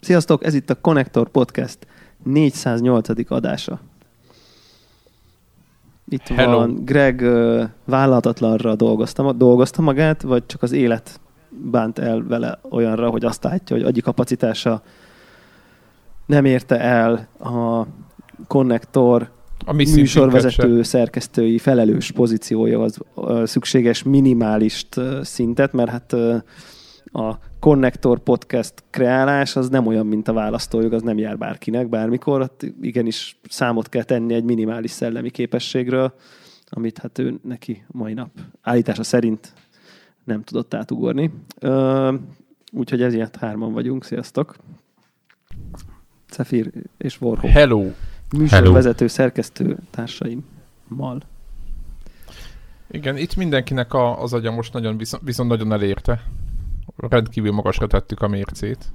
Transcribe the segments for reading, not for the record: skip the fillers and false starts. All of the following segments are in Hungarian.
Sziasztok, ez itt a Connector Podcast 408. adása. Itt Hello. van Greg, vállalatlanra dolgozta magát, vagy csak az élet bánt el vele olyanra, hogy azt látja, hogy agyi kapacitása nem érte el a Connector műsorvezető, szerkesztői felelős pozíciója az szükséges minimális szintet, mert hát a Connector Podcast kreálás az nem olyan, mint a választójog, az nem jár bárkinek, bármikor. Ott igenis számot kell tenni egy minimális szellemi képességről, amit hát ő neki mai nap állítása szerint nem tudott átugorni. Úgyhogy ezért hárman vagyunk. Sziasztok! Zephyr és Warhol. Hello! Műsorvezető, szerkesztő társaimmal. Igen, itt mindenkinek az agya most nagyon, viszont nagyon elérte. Rendkívül magasra tettük a mércét.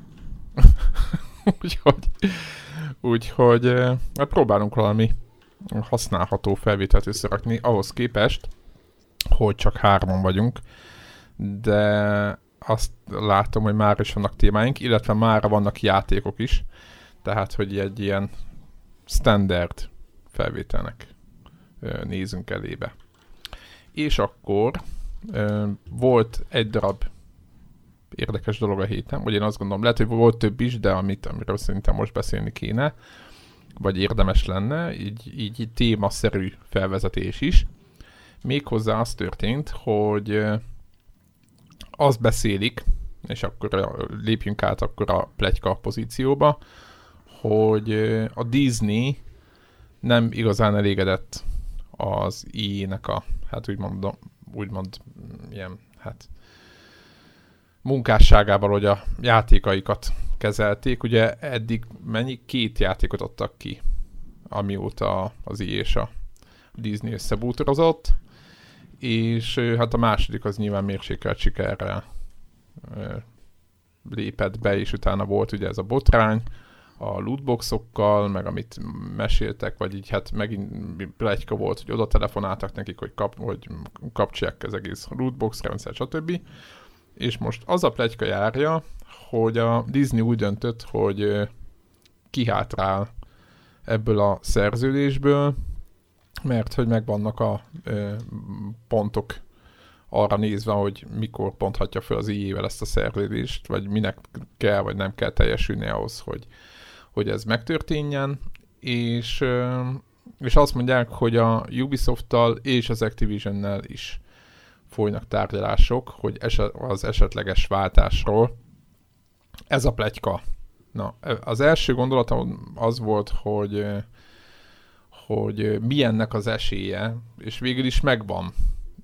úgyhogy hát próbálunk valami használható felvételt összerakni ahhoz képest, hogy csak hárman vagyunk, de azt látom, hogy már is vannak témáink, illetve már vannak játékok is, tehát hogy egy ilyen standard felvételnek nézünk elébe. És akkor volt egy darab érdekes dolog a héten, vagy én azt gondolom, lehet, hogy volt több is, de amiről szerintem most beszélni kéne, vagy érdemes lenne, így témaszerű felvezetés is. Méghozzá az történt, hogy azt beszélik, és akkor lépjünk át akkor a pletyka pozícióba, hogy a Disney nem igazán elégedett az EA-nek a, hát úgymond ilyen, hát munkásságával, hogy a játékaikat kezelték. Ugye eddig két játékot adtak ki, amióta az EA és a Disney összebútorozott, és hát a második az nyilván mérsékelt sikerrel lépett be, és utána volt ugye ez a botrány a lootboxokkal, meg amit meséltek, vagy így hát megint pletyka volt, hogy oda telefonáltak nekik, hogy kapcsolják az egész lootbox rendszer, stb. És most az a pletyka járja, hogy a Disney úgy döntött, hogy kihátrál ebből a szerződésből, mert hogy megvannak a pontok arra nézve, hogy mikor ponthatja fel az EA-vel ezt a szerződést, vagy minek kell, vagy nem kell teljesülni ahhoz, hogy ez megtörténjen, és azt mondják, hogy a Ubisoft-tal és az Activision-nel is folynak tárgyalások, hogy az esetleges váltásról. Ez a pletyka. Na, az első gondolatom az volt, hogy milyennek az esélye, és végül is megvan,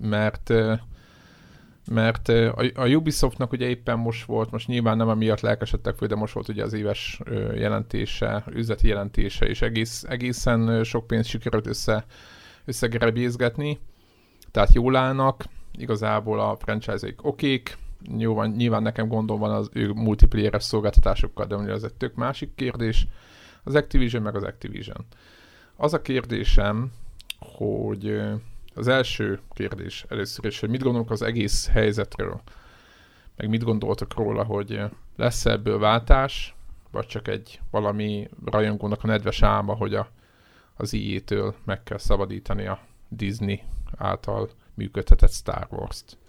mert a Ubisoftnak ugye éppen most nyilván nem amiatt lelkesedtek föl, de most volt ugye az éves jelentése, üzleti jelentése, és egészen sok pénzt sikerült összegerebézgetni, tehát jól állnak, igazából a franchise-eik okék, nyilván nekem gondom van az ő multiplayeres szolgáltatásokkal, de ugye ez egy tök másik kérdés, az Activision meg az Activision. Az a kérdésem, hogy az első kérdés először is, hogy mit gondolunk az egész helyzetről, meg mit gondoltok róla, hogy lesz ebből váltás, vagy csak egy valami rajongónak a nedves álma, hogy az EA-től meg kell szabadítani a Disney által működtetett Star Wars-t.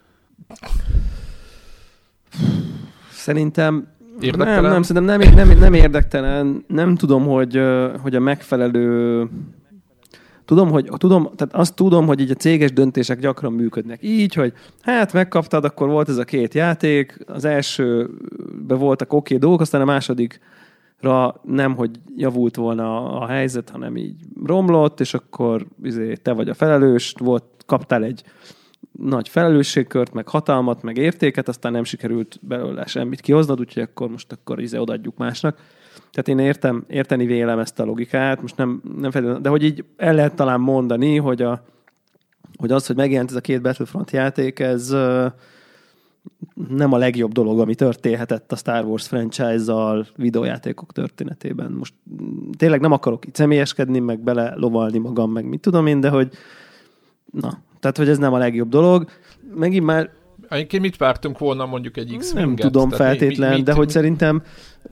Szerintem érdektelen? Szerintem nem érdektelen. Nem tudom, hogy a megfelelő... Tehát azt tudom, hogy így a céges döntések gyakran működnek így, hogy hát megkaptad, akkor volt ez a két játék, az elsőben voltak oké dolgok, aztán a másodikra nem, hogy javult volna a helyzet, hanem így romlott, és akkor te vagy a felelős, kaptál egy nagy felelősségkört, meg hatalmat, meg értéket, aztán nem sikerült belőle semmit kihoznod, úgyhogy akkor odaadjuk másnak. Tehát én érteni vélem ezt a logikát, most nem feltétlenül, de hogy így el lehet talán mondani, hogy az, hogy megjelent ez a két Battlefront játék, ez nem a legjobb dolog, ami történhetett a Star Wars franchise-zal videójátékok történetében. Most tényleg nem akarok itt személyeskedni, meg bele lovalni magam, meg mit tudom én, de hogy tehát, hogy ez nem a legjobb dolog. Megint már... Egyébként mit vártunk volna mondjuk egy X-Winget? Nem tudom feltétlen, de hogy szerintem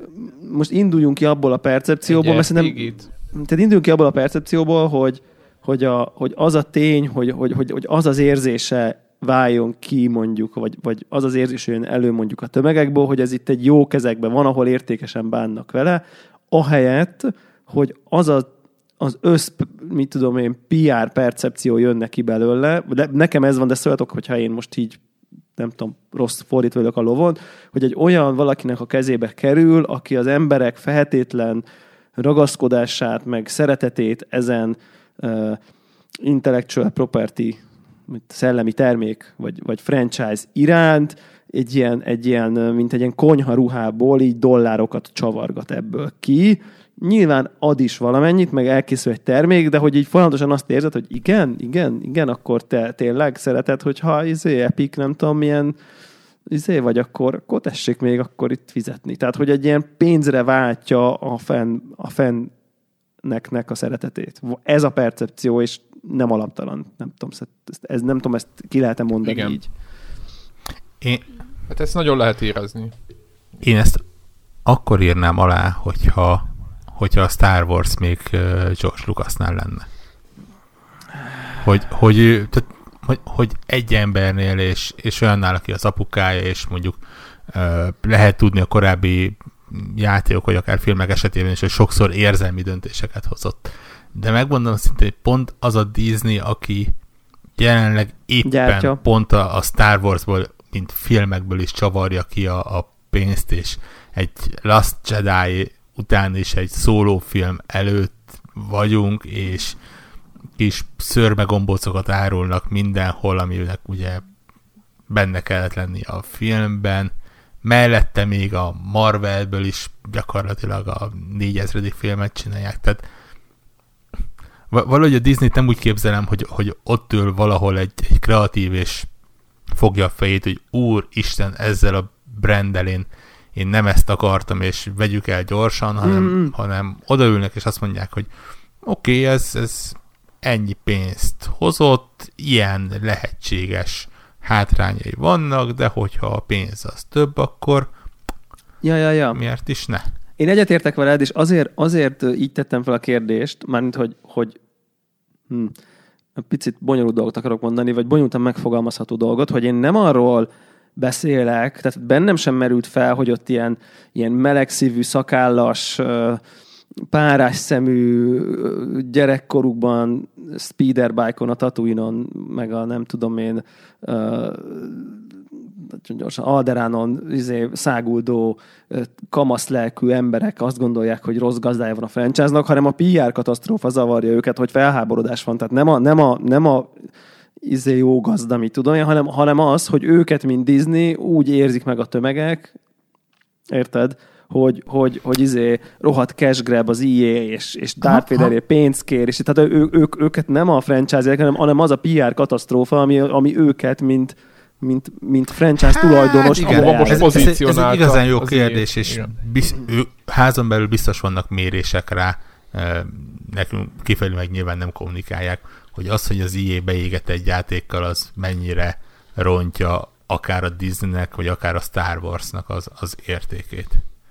most induljunk ki abból a percepcióból, mert szerintem, tehát induljunk ki abból a percepcióból, hogy az a tény, hogy az az érzése váljon ki mondjuk, vagy az az érzés jön elő mondjuk a tömegekből, hogy ez itt egy jó kezekben van, ahol értékesen bánnak vele, ahelyett, hogy az mit tudom én, PR percepció jön neki belőle. De nekem ez van, de szóljatok, hogyha én most így nem tudom, rossz fordítva vagyok a lovon, hogy egy olyan valakinek a kezébe kerül, aki az emberek feltétlen ragaszkodását, meg szeretetét ezen intellectual property, szellemi termék, vagy franchise iránt, egy ilyen, mint egy ilyen konyharuhából így dollárokat csavargat ebből ki. Nyilván ad is valamennyit, meg elkészül egy termék, de hogy így folyamatosan azt érzed, hogy igen, akkor te tényleg szereted, hogyha Epic, nem tudom milyen vagy akkor tessék még akkor itt fizetni. Tehát, hogy egy ilyen pénzre váltja a fenneknek a szeretetét. Ez a percepció, és nem alaptalan. Nem tudom, ezt ki lehet-e mondani igen. Így. Hát ezt nagyon lehet érezni. Én ezt akkor írnám alá, hogyha a Star Wars még George Lucasnál lenne. Hogy egy embernél, és olyannál, aki az apukája, és mondjuk lehet tudni a korábbi játékok, vagy akár filmek esetében is, hogy sokszor érzelmi döntéseket hozott. De megmondom szintén, hogy pont az a Disney, aki jelenleg éppen gyártja. Pont a Star Warsból, mint filmekből is csavarja ki a pénzt, és egy Last Jedi után is egy szólófilm előtt vagyunk, és kis szőrmegombócokat árulnak mindenhol, aminek ugye benne kellett lenni a filmben. Mellette még a Marvelből is gyakorlatilag a 4000. filmet csinálják. Tehát valahogy a Disney-t nem úgy képzelem, hogy ott ül valahol egy kreatív, és fogja a fejét, hogy úristen, ezzel a branddel én nem ezt akartam, és vegyük el gyorsan, hanem odaülnek, és azt mondják, hogy oké, ez ennyi pénzt hozott, ilyen lehetséges hátrányai vannak, de hogyha a pénz az több, akkor miért is ne? Én egyetértek veled, és azért így tettem fel a kérdést, mármint, hogy picit bonyolult dolgot akarok mondani, vagy bonyolultan megfogalmazható dolgot, hogy én nem arról beszélek, tehát bennem sem merült fel, hogy ott ilyen melegszívű, szakállas, párás szemű gyerekkorukban speederbike-on, a Tatooine-on, meg a nem tudom én gyorsan Alderánon száguldó kamaszlelkű emberek azt gondolják, hogy rossz gazdája van a franchise-nak, hanem a PR katasztrófa zavarja őket, hogy felháborodás van. Tehát nem a jó gazda, mit tudom én, hanem az, hogy őket, mint Disney, úgy érzik meg a tömegek, érted? Hogy rohadt cash grab az EA, és Darth Vader pénzt kér, és tehát őket nem a franchise-ek, hanem az a PR katasztrófa, ami őket, mint franchise tulajdonos. Igen, ez egy igazán jó kérdés, és házon belül biztos vannak mérések rá, nekünk kifelé meg nyilván nem kommunikálják, hogy az, hogy az EA beéget egy játékkal, az mennyire rontja akár a Disneynek, vagy akár a Star Warsnak az értékét.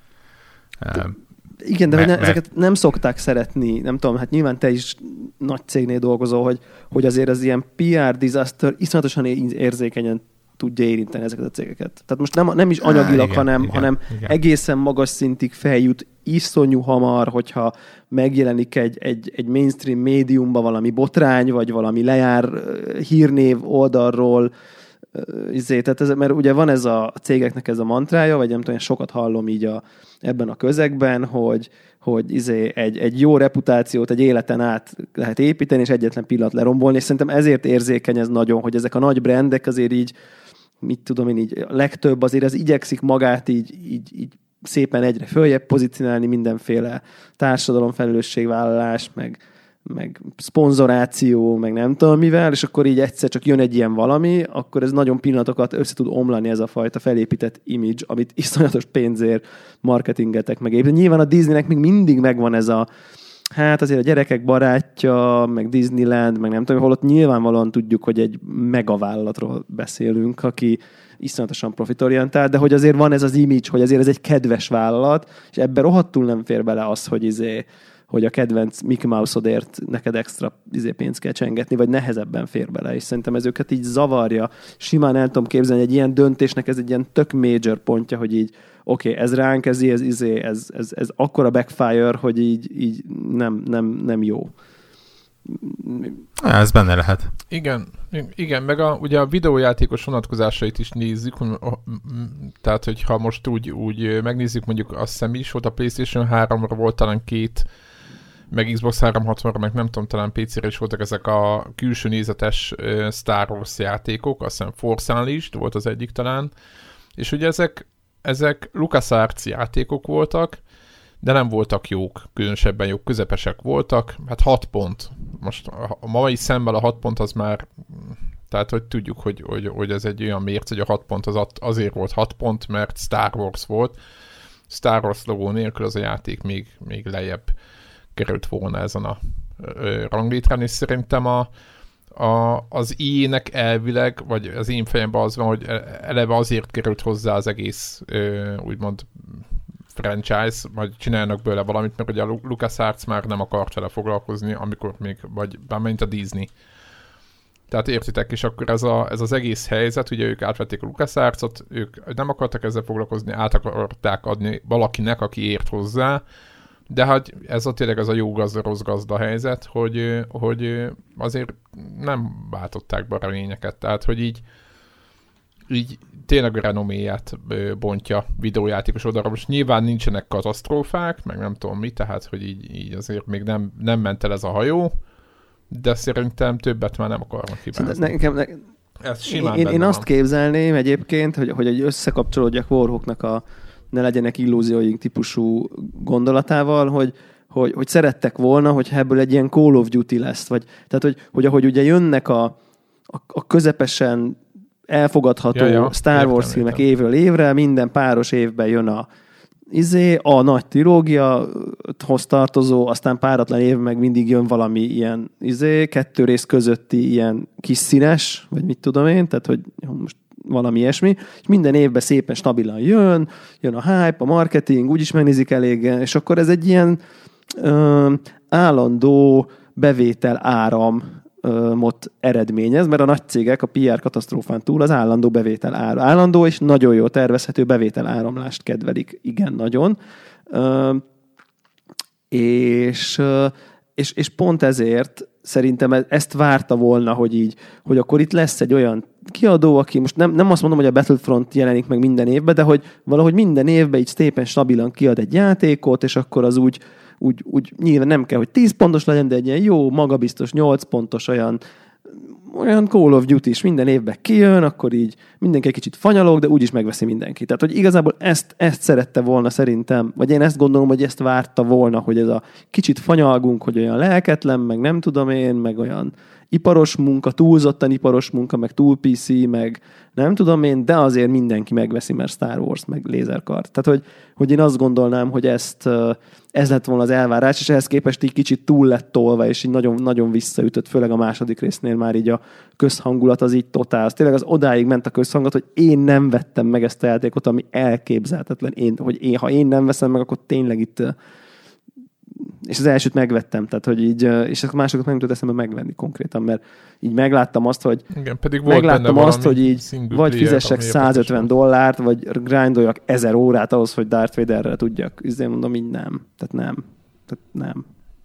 Igen, de ezeket nem szokták szeretni, nem tudom, hát nyilván te is nagy cégnél dolgozol, hogy azért az ilyen PR disaster iszonyatosan érzékenyen tudja érinteni ezeket a cégeket. Tehát most nem is anyagilag, hanem egészen magas szintig feljut iszonyú hamar, hogyha megjelenik egy mainstream médiumban valami botrány, vagy valami lejár hírnév oldalról, tehát mert ugye van ez a cégeknek ez a mantrája, vagy nem tudom, sokat hallom így ebben a közegben, hogy egy jó reputációt egy életen át lehet építeni, és egyetlen pillanat lerombolni, és szerintem ezért érzékeny ez nagyon, hogy ezek a nagy brandek azért így, mit tudom én így, a legtöbb azért az igyekszik magát így szépen egyre följebb pozícionálni, mindenféle társadalomfelelősségvállalás, meg szponzoráció, meg nem tudom mivel, és akkor így egyszer csak jön egy ilyen valami, akkor ez nagyon pillanatokat össze tud omlani ez a fajta felépített image, amit iszonyatos pénzért marketingetek meg. Éppen nyilván a Disneynek még mindig megvan ez hát azért a gyerekek barátja, meg Disneyland, meg nem tudom, holott nyilvánvalóan tudjuk, hogy egy megavállalatról beszélünk, aki iszonyatosan profitorientált, de hogy azért van ez az image, hogy azért ez egy kedves vállalat, és ebben rohadtul nem fér bele az, hogy a kedvenc Mickey Mouse-odért neked extra pénzt kell csengetni, vagy nehezebben fér bele, és szerintem ez őket így zavarja. Simán el tudom képzelni, egy ilyen döntésnek ez egy ilyen tök major pontja, hogy így oké, ez ránk, ez akkora backfire, hogy így nem jó. Ez benne lehet. Igen, meg ugye a videójátékos vonatkozásait is nézzük, tehát hogyha most úgy megnézzük, mondjuk azt hiszem is volt a PlayStation 3-ra volt talán 2, meg Xbox 360-ra, meg nem tudom, talán PC-re is voltak ezek a külső nézetes Star Wars játékok, azt hiszem Force Unleashed volt az egyik talán, és ugye ezek LucasArts játékok voltak, de nem voltak jók, különösebben jók, közepesek voltak. Hát 6 pont. Most a mai szemmel a 6 pont az már, tehát hogy tudjuk, hogy ez egy olyan mérc, hogy a 6 pont azért volt 6 pont, mert Star Wars volt. Star Wars logó nélkül az a játék még lejjebb került volna ezen a ranglétrán, és szerintem az EA-nek elvileg, vagy az én fejemben az van, hogy eleve azért került hozzá az egész úgymond franchise, vagy csinálnak belőle valamit, mert ugye a LucasArts már nem akart vele foglalkozni, amikor még, vagy bármint a Disney. Tehát értitek, és akkor ez az egész helyzet, ugye ők átvették a LucasArts-ot, ők nem akartak ezzel foglalkozni, át akarták adni valakinek, aki ért hozzá, de hát ez tényleg az a jó gazda, rossz gazda helyzet, hogy azért nem váltották be a reményeket, tehát hogy így tényleg a renoméját bontja videójátékos oldalra. Most nyilván nincsenek katasztrófák, meg nem tudom mi, tehát hogy így azért még nem ment el ez a hajó, de szerintem többet már nem akarnak hibázni. Ez simán én azt képzelném egyébként, hogy összekapcsolódjak Warhawknak ne legyenek illúzióink típusú gondolatával, hogy szerettek volna, hogy ebből egy ilyen Call of Duty lesz. Tehát, hogy ahogy ugye jönnek a közepesen elfogadható Star Wars filmek évről évre, minden páros évben jön a nagy trilógiahoz tartozó, aztán páratlan év meg mindig jön valami ilyen 2 rész közötti ilyen kis színes, vagy mit tudom én, tehát hogy most valami ilyesmi, és minden évben szépen stabilan jön a hype, a marketing, úgyis megnézik elég, és akkor ez egy ilyen állandó bevétel áramot eredményez, mert a nagy cégek a PR katasztrófán túl az állandó bevétel állandó és nagyon jó tervezhető bevétel áramlást kedvelik, igen, nagyon. És pont ezért szerintem ezt várta volna, hogy akkor itt lesz egy olyan kiadó, aki most nem azt mondom, hogy a Battlefront jelenik meg minden évben, de hogy valahogy minden évben így szépen stabilan kiad egy játékot, és akkor az úgy nyilván nem kell, hogy 10 pontos legyen, de egy ilyen jó, magabiztos 8 pontos olyan Call of Duty is minden évben kijön, akkor így mindenki egy kicsit fanyalog, de úgyis megveszi mindenki. Tehát, hogy igazából ezt szerette volna szerintem, vagy én ezt gondolom, hogy ezt várta volna, hogy ez a kicsit fanyalgunk, hogy olyan lelketlen, meg nem tudom én, meg olyan iparos munka, túlzottan iparos munka, meg túl PC, meg nem tudom én, de azért mindenki megveszi, mert Star Wars, meg lézerkart. Tehát, hogy én azt gondolnám, hogy ez lett volna az elvárás, és ehhez képest így kicsit túl lett tolva, és így nagyon, nagyon visszaütött, főleg a második résznél már így a közhangulat az így totál. Az tényleg az odáig ment a közhangulat, hogy én nem vettem meg ezt a játékot, ami elképzelhetetlen. Ha én nem veszem meg, akkor tényleg itt... És az elsőt megvettem, tehát hogy így, és a másokat nem tudott eszembe megvenni konkrétan, mert így megláttam azt, hogy igen, pedig volt megláttam azt, hogy így vagy fizessek $150, vagy grindoljak 1000 órát ahhoz, hogy Darth Vaderrel tudjak. Így mondom, így nem. Tehát nem.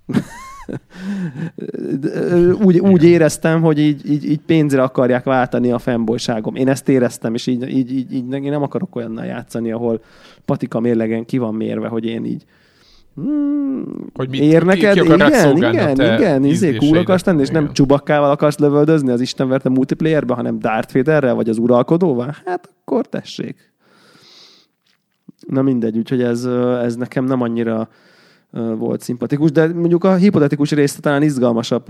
úgy éreztem, hogy így pénzre akarják váltani a fanboyságom. Én ezt éreztem, és így én nem akarok olyannal játszani, ahol patika mérlegen ki van mérve, hogy én így hogy ér neked? Igen, cool akarsz tenni, és nem Csubakkával akarsz lövöldözni az istenverte multiplayerbe, hanem Darth Vaderrel, vagy az uralkodóval? Hát akkor tessék. Na mindegy, úgyhogy ez nekem nem annyira volt szimpatikus, de mondjuk a hipotetikus része talán izgalmasabb,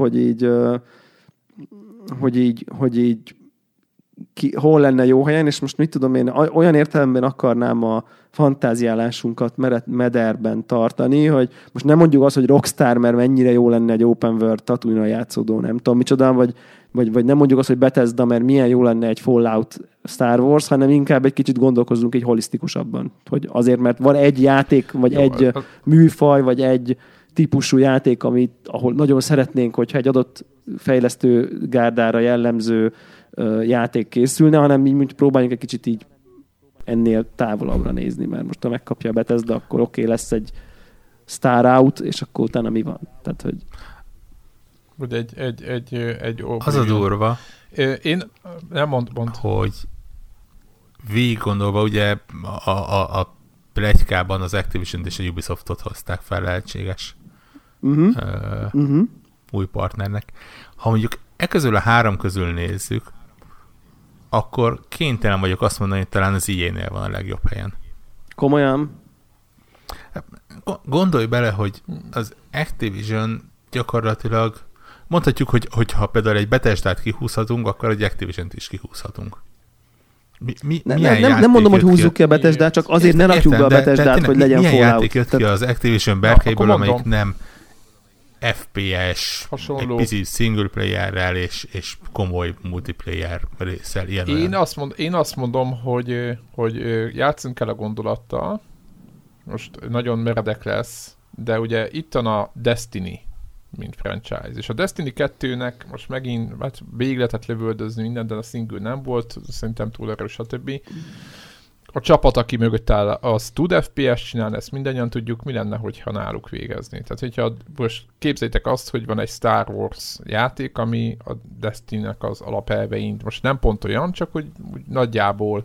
hogy így hol lenne jó helyen, és most mit tudom én, olyan értelemben akarnám a fantáziálásunkat mederben tartani, hogy most nem mondjuk azt, hogy Rockstar, mert mennyire jó lenne egy open world Tatooine-on játszódó, nem tudom micsoda, vagy nem mondjuk azt, hogy Bethesda, mert milyen jó lenne egy Fallout Star Wars, hanem inkább egy kicsit gondolkozzunk egy holisztikusabban. Hogy azért, mert van egy játék, vagy egy műfaj, vagy egy típusú játék, ahol nagyon szeretnénk, hogyha egy adott fejlesztő gárdára jellemző játék készülne, hanem így próbáljunk egy kicsit így ennél távolabbra nézni, mert most ha megkapja a Bethesda, akkor oké, lesz egy Star Out, és akkor utána mi van? Tehát, hogy... Vagy egy az a durva, én nem mond. Hogy végig gondolva, ugye a pletykában az Activision-t és a Ubisoftot hozták fel lehetséges új partnernek. Ha mondjuk közül a 3 közül nézzük, akkor kénytelen vagyok azt mondani, hogy talán az EA-nél van a legjobb helyen. Komolyan? Gondolj bele, hogy az Activision gyakorlatilag mondhatjuk, hogy ha például egy Bethesdát kihúzhatunk, akkor egy Activision-t is kihúzhatunk. Nem mondom, hogy húzzuk ki a Bethesdát, csak azért ne rakjuk be a Bethesdát, hogy legyen Fallout. Milyen játék jött ki az Activision berkeiből, amelyik nem FPS, hasonló. Egy pici single playerrel és komoly multiplayer résszel. Én azt mondom, hogy játszunk el a gondolattal, most nagyon meredek lesz, de ugye itt van a Destiny, mint franchise. És a Destiny 2-nek most megint végig lehetett lövöldözni minden, de a single nem volt, szerintem túl erős, stb. A csapat, aki mögött áll, az tud FPS csinálni, ezt mindannyian tudjuk, mi lenne, hogyha náluk végezni. Tehát, hogyha most képzeljétek azt, hogy van egy Star Wars játék, ami a Destiny-nek az alapelvein, most nem pont olyan, csak hogy nagyjából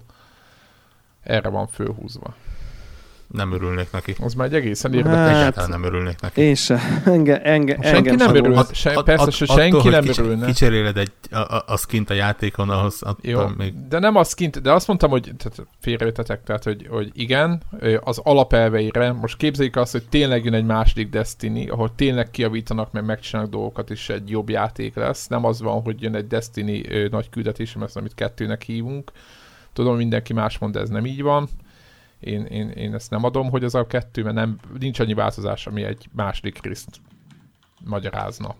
erre van fölhúzva. Nem örülnék neki. Az már egy egészen érdekes. Egyáltalán nem örülnék neki. Én se. Senki nem örül. Persze, senki nem örülne. Kicseréled a skint a játékon, ahhoz jó, még... De nem a skint, de azt mondtam, hogy félreértetek, tehát, hogy igen, az alapelveire, most képzeljük azt, hogy tényleg jön egy második Destiny, ahol tényleg kiavítanak, meg megcsinálnak dolgokat, és egy jobb játék lesz. Nem az van, hogy jön egy Destiny nagy küldetés, amit 2-nek hívunk. Tudom, mindenki más mond, de ez nem így van. Én ezt nem adom, hogy az a 2, mert nincs annyi változás, ami egy második részt magyarázna.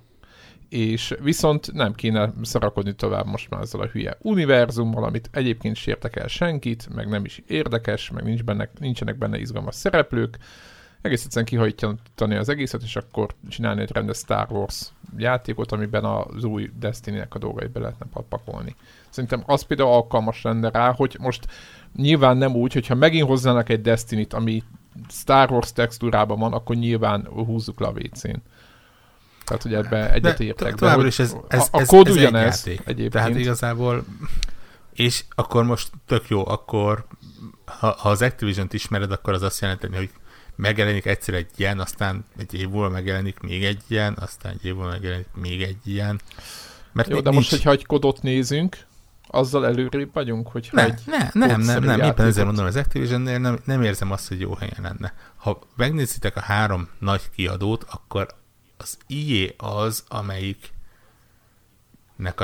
És viszont nem kéne szarakodni tovább most már ezzel a hülye univerzummal, amit egyébként is érdekel senkit, meg nem is érdekes, meg nincsenek benne izgalmas szereplők. Egész egyszerűen kihajtani az egészet, és akkor csinálni egy rendes Star Wars játékot, amiben az új Destiny-nek a dolgait be lehetne pakolni. Szerintem az például alkalmas lenne rá, hogy most nyilván nem úgy, hogyha megint hozzának egy Destiny-t, ami Star Wars textúrában van, akkor nyilván húzzuk le a WC-n. Tehát, hogy ebben egyetértek. Továbbra is ez kód ugyanez egyébként. Tehát igazából, és akkor most tök jó, akkor ha az Activision-t ismered, akkor az azt jelenti, hogy megjelenik egyszer egy ilyen, aztán egy év múlva megjelenik még egy ilyen, aztán egy év múlva megjelenik még egy ilyen. Mert jó, de most, hogyha egy kodot nézünk, azzal előrébb vagyunk, hogyha nem. Éppen ezzel mondom, az Activision-nél nem érzem azt, hogy jó helyen lenne. Ha megnézitek a 3 nagy kiadót, akkor az EA az, amelyiknek a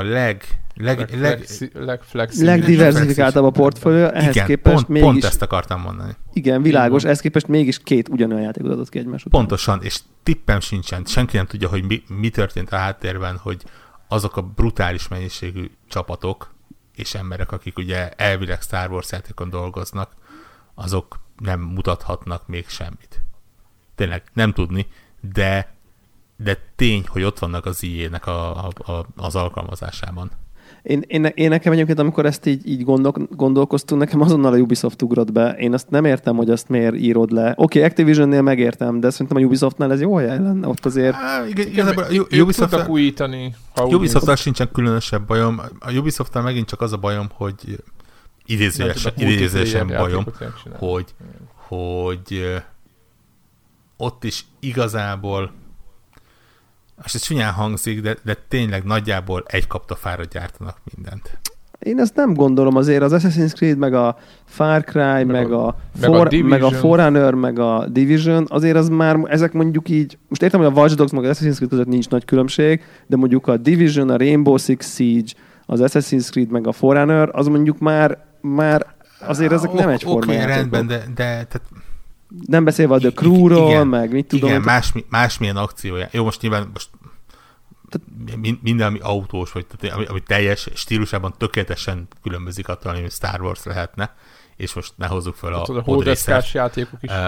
legdiversifikáltabb a portfólió, ehhez igen, képest mégis... pont ezt akartam mondani. Igen, világos, ehhez képest mégis 2 ugyanolyan játékot adott ki egymás után. Pontosan, és tippem sincsen, senki nem tudja, hogy mi történt a háttérben, hogy azok a brutális mennyiségű csapatok és emberek, akik ugye elvileg Star Wars játékon dolgoznak, azok nem mutathatnak még semmit. Tényleg, nem tudni, de tény, hogy ott vannak az EA-nek az alkalmazásában. Én nekem egyébként, amikor ezt így gondolkoztunk, nekem azonnal a Ubisoft ugrott be. Én azt nem értem, hogy azt miért írod le. Oké, Activision-nél megértem, de szerintem a Ubisoftnál ez jó helyen lenne. Ott azért... Tudnak újítani. Ubisofttal sincsen különösebb bajom. A Ubisofttal megint csak az a bajom, hogy idézősen bajom, hogy ott is igazából most ez csúnyán hangzik, de tényleg nagyjából egy kaptafára gyártanak mindent. Én ezt nem gondolom, azért az Assassin's Creed, meg a Far Cry, meg a Forerunner, meg a Division, azért az már, ezek mondjuk így, most értem, hogy a Watch Dogs, meg az Assassin's Creed között nincs nagy különbség, de mondjuk a Division, a Rainbow Six Siege, az Assassin's Creed, meg a Forerunner, az mondjuk már azért ezek nem egyforma játékok. Rendben, de tehát nem beszélve a The Crew-ról, meg mit tudom. Igen, másmilyen akciója. Jó, most nyilván minden, ami autós, vagy tehát, ami teljes stílusában tökéletesen különbözik attól, ami Star Wars lehetne, és most ne hozzuk fel a hódeszkás játékok is.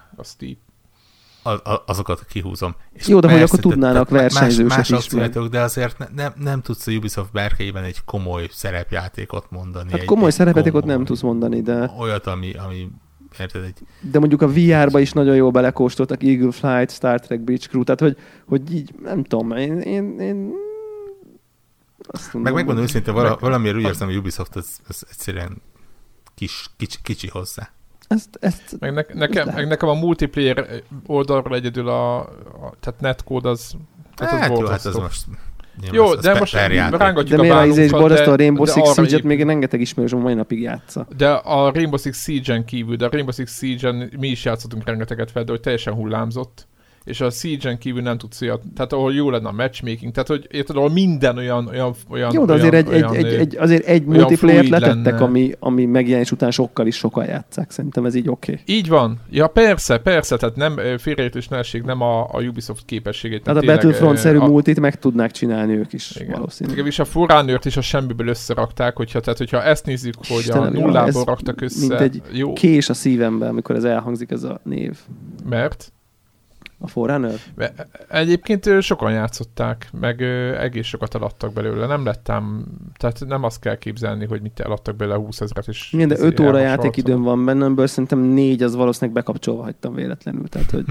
Azokat kihúzom. És jó, de hogy akkor tudnának versenyzőset is. De azért nem tudsz a Ubisoft berkeiben egy komoly szerepjátékot mondani. Hát komoly szerepjátékot nem tudsz mondani, de... Olyat, ami érted, de mondjuk a VR-ba is nagyon jól belekóstoltak, Eagle Flight, Star Trek Bridge Crew, tehát hogy így, nem tudom, én azt mondom, megmondom őszintén, valamiért úgy érzem, hogy Ubisoft az egyszerűen kicsi hozzá. Meg nekem a multiplayer oldalról egyedül tehát netcode az... Hát jó, hát az most... Jó, de most rángatjuk a vállunkat. De miért a Rainbow Six Siege-et még rengeteg ismerősöm mai napig játsza. De a Rainbow Six Siege-en kívül, de a Rainbow Six Siege-en mi is játszottunk rengeteget fel, de hogy teljesen hullámzott. És a Siege-en kívül nem tudsz olyat, tehát ahol jó lenne a matchmaking, tehát hogy érted, ahol minden olyan jó, de azért egy multiplayer-t letettek, ami megjelenés után sokan játszák. Szerintem ez így oké. Így van. Ja, persze, tehát nem félreértés ne essék, nem a Ubisoft képességét. Tehát a Battlefront-szerű multit meg tudnák csinálni ők is, igen. Valószínűleg. És a Forerunner-t is a semmiből összerakták, hogyha ezt nézzük, hogy Istenem, a nullából raktak össze. Mint egy jó. Kés a szívemben, amikor ez elhangzik, ez a név. Mert? A Forerunner? Egyébként sokan játszották, meg egész sokat eladtak belőle. Nem lettem, tehát nem azt kell képzelni, hogy mit eladtak belőle 20 000-et is. Igen, de 5 óra játékidőm van bennemből, szerintem 4 az valószínűleg bekapcsolva hagytam véletlenül. Tehát, hogy...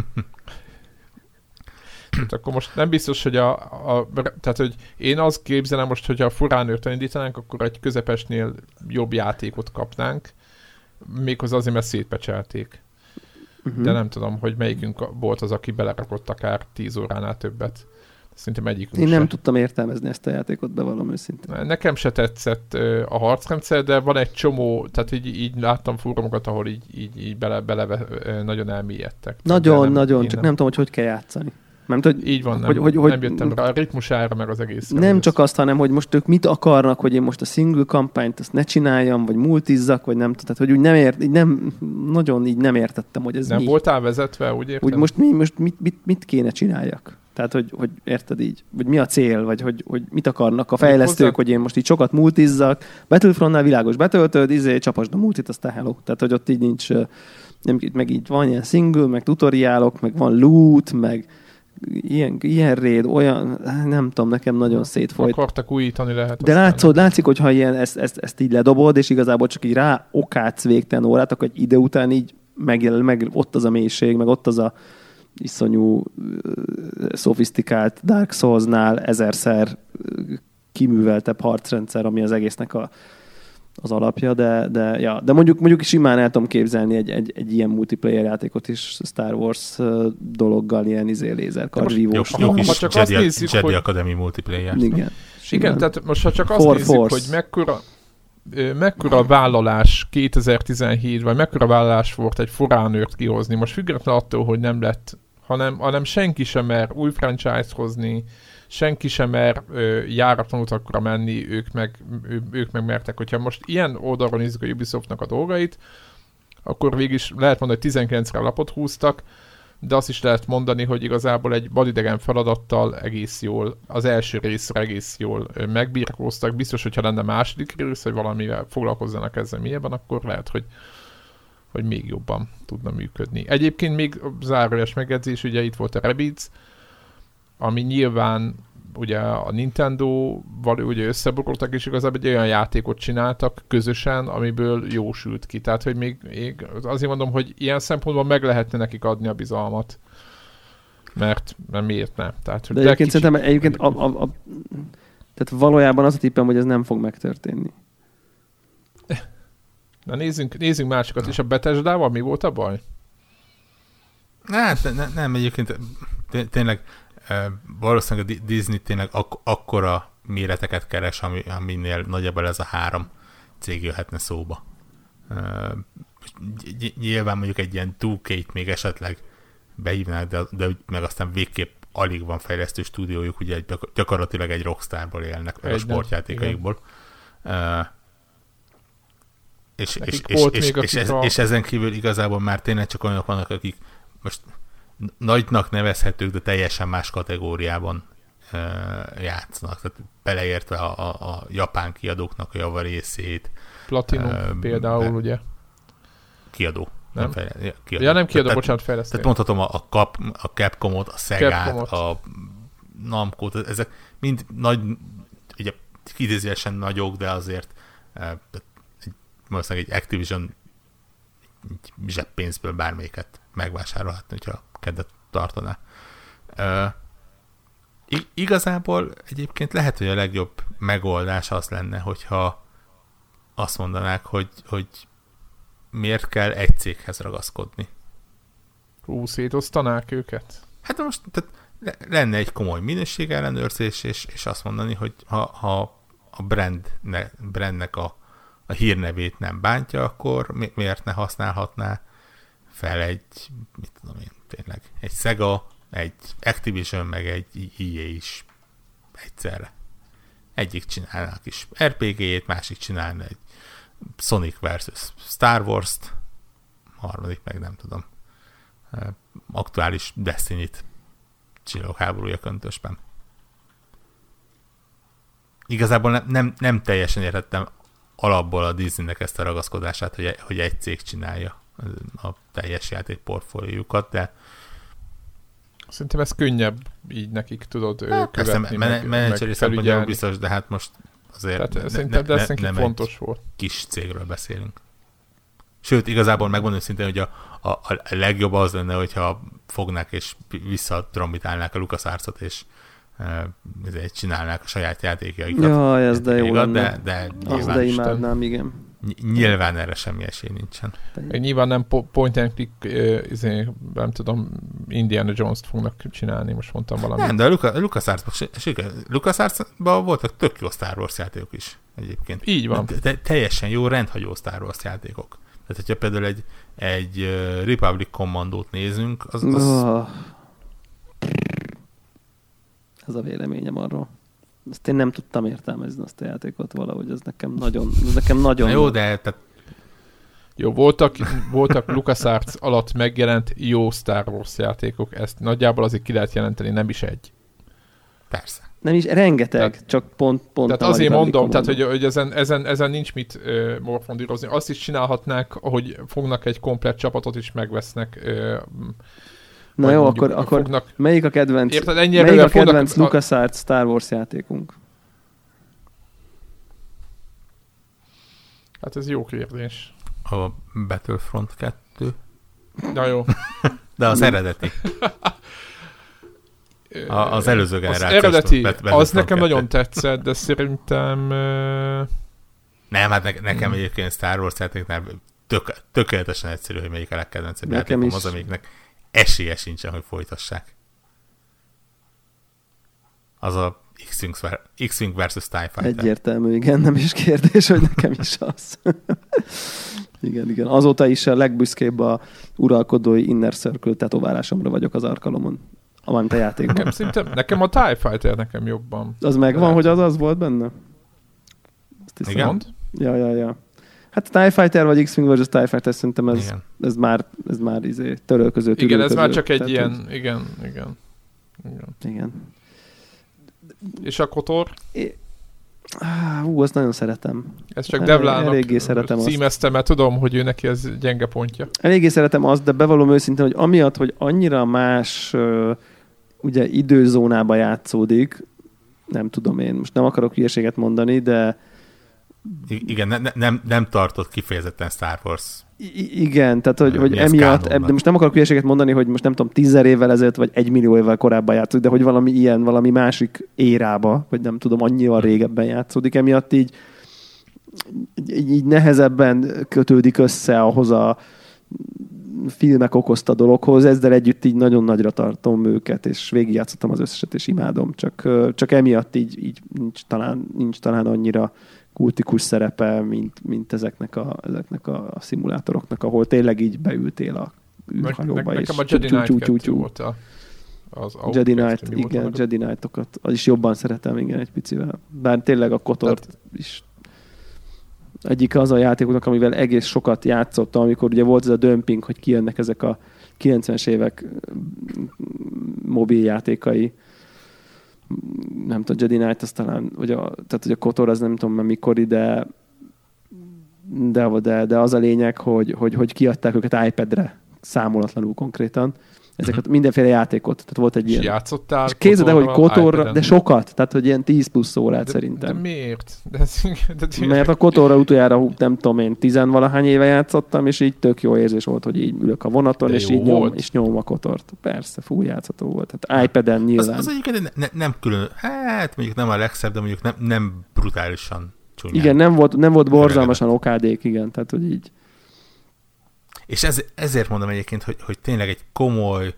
Tehát akkor most nem biztos, hogy tehát, hogy én azt képzelem most, hogy a Forerunner-t indítanánk, akkor egy közepesnél jobb játékot kapnánk, méghozzá azért, mert szétpecselték. De nem tudom, hogy melyikünk volt az, aki belerakott akár 10 óránál többet. Szerintem egyikünk Én nem tudtam értelmezni ezt a játékot, bevallom őszintén. Nekem se tetszett a harcrendszer, de van egy csomó, tehát így láttam fórumokat, ahol így bele nagyon elmélyedtek. Nagyon, csak nem tudom, hogy kell játszani. Így van, nem jöttem rá a ritmusára, meg az egész. Nem csak azt, hanem hogy most ők mit akarnak, hogy én most a single kampányt azt ne csináljam, vagy multizzak, vagy nem tudom. Tehát, hogy úgy nem értettem, hogy ez nem mi. Nem voltál vezetve, úgy értem? Úgy most mit kéne csináljak? Tehát, hogy érted így, vagy mi a cél, vagy hogy mit akarnak a fejlesztők, hogy én most így sokat multizzak. Battlefrontnál világos betöltöd, csapasd a multit, aztán hello. Tehát, hogy ott így nincs, meg így van ilyen single, meg tutoriálok, meg van loot, meg ilyen raid, olyan, nem tudom, nekem nagyon szétfolyt. Akartak újítani lehet. De látszik, hogyha ilyen ezt így ledobod, és igazából csak így rá okádsz végtelen órát, akkor egy ide után így meg ott az a mélység, meg ott az a iszonyú szofisztikált Dark Souls-nál 1000-szer kiműveltebb harcrendszer, ami az egésznek az alapja, de mondjuk simán el tudom képzelni egy ilyen multiplayer játékot is Star Wars dologgal, ilyen lézerkardvívós. Ha csak azt nézzük, Jedi Academy multiplayer. Igen, tehát most ha csak azt nézzük, hogy mekkora vállalás 2017, vagy mekkora vállalás volt egy Forerunner-t kihozni, most függetlenül attól, hogy nem lett, hanem senki sem mer új franchise hozni, senki sem mer járatlan utakra menni, ők meg mertek. Hogyha most ilyen oldalról nézzük a Ubisoftnak a dolgait, akkor végig is lehet mondani, hogy 19-re lapot húztak, de azt is lehet mondani, hogy igazából egy vadidegen feladattal egész jól, az első részre egész jól megbirkóztak. Biztos, hogyha lenne második rész, hogy valamivel foglalkozzanak ezzel mélyebben, akkor lehet, hogy még jobban tudna működni. Egyébként még zárójeles megjegyzés, ugye itt volt a Rabbids, ami nyilván ugye a Nintendo-val ugye összeborultak, és igazából egy olyan játékot csináltak közösen, amiből jó sült ki. Tehát, hogy még azért mondom, hogy ilyen szempontból meg lehetne nekik adni a bizalmat. Mert miért ne? Tehát, de egyébként szerintem tehát valójában az a tippem, hogy ez nem fog megtörténni. Na nézzünk másikat is. A Bethesdával mi volt a baj? Hát nem egyébként tényleg valószínűleg a Disney tényleg akkora méreteket keres, aminél nagyjából ez a 3 cég jöhetne szóba. Nyilván mondjuk egy ilyen 2K-t még esetleg behívnák, de meg aztán végképp alig van fejlesztő stúdiójuk, ugye gyakorlatilag egy Rockstarból élnek, a sportjátékaikból. És ezen kívül igazából már tényleg csak olyanok vannak, akik most nagynak nevezhetők, de teljesen más kategóriában játszanak, tehát beleértve a japán kiadóknak a javarészét. Platinum például, ugye? Kiadó. Nem? Kiadó. Ja, nem kiadó, tehát, bocsánat, fejlesztő. Tehát mondhatom a Capcomot, a Segát, a Namcót, ezek mind nagy, ugye idézőjelesen nagyok, de azért valószínűleg egy Activision zseppénzből bármelyiket megvásárolhatni, hogyha kedvet tartaná. Igazából egyébként lehet, hogy a legjobb megoldás az lenne, hogyha azt mondanák, hogy miért kell egy céghez ragaszkodni. Szétosztanák őket? Hát most tehát lenne egy komoly minőségellenőrzés, és azt mondani, hogy ha a brandnek a hírnevét nem bántja, akkor miért ne használhatná fel egy, mit tudom én, tényleg, egy Sega, egy Activision, meg egy EA is egyszerre. Egyik csinálná a kis RPG-jét, másik csinálna egy Sonic versus Star Wars-t, harmadik meg nem tudom, aktuális Destiny-t Csillagháborúja köntösben. Igazából nem teljesen értettem alapból a Disneynek ezt a ragaszkodását, hogy egy cég csinálja a teljes játékportfóliójukat, de szerintem ez könnyebb így nekik, tudod, követni, menedzseri szempontjából biztos, de hát most azért nem fontos volt. Kis cégről beszélünk. Sőt, igazából megmondom szintén, hogy a legjobb az lenne, hogyha fognák és visszatrombitálnák a LucasArts-ot, és csinálnák a saját játékjaikat. Jaj, ez de jó lenne. De azt de imádnám, igen. Nyilván erre semmi esély nincsen. Nyilván nem point and click, nem tudom, Indiana Jones-t fognak csinálni, most mondtam valamit. Nem, de a LucasArts-ban voltak tök jó Star Wars játékok is egyébként. Így van. Teljesen jó, rendhagyó Star Wars játékok. Tehát, hogyha például egy Republic Commandót nézünk, az... Ez a véleményem arról. Ezt én nem tudtam értelmezni, azt a játékot valahogy, ez nekem nagyon... Na jó, de... Tehát... Jó, voltak LucasArts alatt megjelent jó Star Wars játékok, ezt nagyjából azért ki lehet jelenteni, nem is egy. Persze. Nem is, rengeteg, tehát, csak pont tehát azért mondom, tehát, hogy ezen nincs mit morfondírozni. Azt is csinálhatnák, hogy fognak egy komplett csapatot és megvesznek. Na jó, akkor fognak, melyik a kedvenc, érted, melyik a kedvenc LucasArts Star Wars játékunk? Hát ez jó kérdés. A Battlefront 2. Na jó. De az eredeti. Az előző generációs. Az eredeti, az nekem nagyon tetszett, de szerintem... Nem, hát nekem egyébként Star Wars játéknál tökéletesen egyszerű, hogy melyik a legkedvencebb játékom az, amiknek esélye sincsen, hogy folytassák. Az a X-Wing versus TIE Fighter. Egyértelmű, igen, nem is kérdés, hogy nekem is az. Igen. Azóta is a legbüszkébb a uralkodói Inner Circle tetoválásomra vagyok az arkalomon. Amint a játékban. Nekem a TIE Fighter nekem jobban. Az megvan, hogy az volt benne? Igen? Ja. Hát TIE Fighter vagy X-Wing versus TIE Fighter, szerintem ez már törölköző. Igen, ez már csak egy ilyen, igen. És a KOTOR? Azt nagyon szeretem. Ez csak Devlának eléggé szeretem címeztem, mert tudom, hogy ő neki ez gyenge pontja. Eléggé szeretem azt, de bevallom őszintén, hogy amiatt, hogy annyira más ugye időzónába játszódik, nem tudom én, most nem akarok hülyeséget mondani, de igen, nem tartott kifejezetten Star Wars. Igen, tehát hogy emiatt, de most nem akarok hülyeséget mondani, hogy most nem tudom, 10 évvel ezelőtt, vagy 1 millió évvel korábban játszik, de hogy valami másik érába, vagy nem tudom, annyival régebben játszódik, emiatt így nehezebben kötődik össze ahhoz a filmek okozta dologhoz, ezzel együtt így nagyon nagyra tartom őket, és végigjátszottam az összeset, és imádom, csak emiatt így nincs talán annyira kultikus szerepe, mint ezeknek a szimulátoroknak, ahol tényleg így beültél a űrhajóba. Nekem a Jedi Knight 2 volt az Jedi Knight, igen, Jedi Knight-okat. Az is jobban szeretem, igen, egy picivel. Bár tényleg a KOTOR-t is egyik az a játékoknak, amivel egész sokat játszottam, amikor ugye volt ez a dömping, hogy kijönnek ezek a 90-es évek mobiljátékai. nem tudom, Jedi Knight, az talán, tehát hogy a KOTOR az nem tudom már mikor ide, de az a lényeg, hogy kiadták őket iPad-re számolatlanul konkrétan. Ezeket mindenféle játékot. Tehát volt egy és ilyen... játszottál? És képzeld el, hogy KOTOR-ra, iPad-en? de sokat. Tehát, hogy ilyen 10 plusz órát De szerintem. miért? Mert a KOTOR-ra utoljára, nem tudom én, 10-valahány éve játszottam, és így tök jó érzés volt, hogy így ülök a vonaton, De és jó így volt? nyomom a KOTOR-t. Persze, játszható volt. Tehát iPad-en nyilván. Az egyébként nem külön, hát mondjuk nem a legszebb, de mondjuk nem brutálisan csúnyán. Igen, nem volt borzalmasan okádék, igen. Tehát, hogy így. És ezért mondom egyébként, hogy tényleg egy komoly,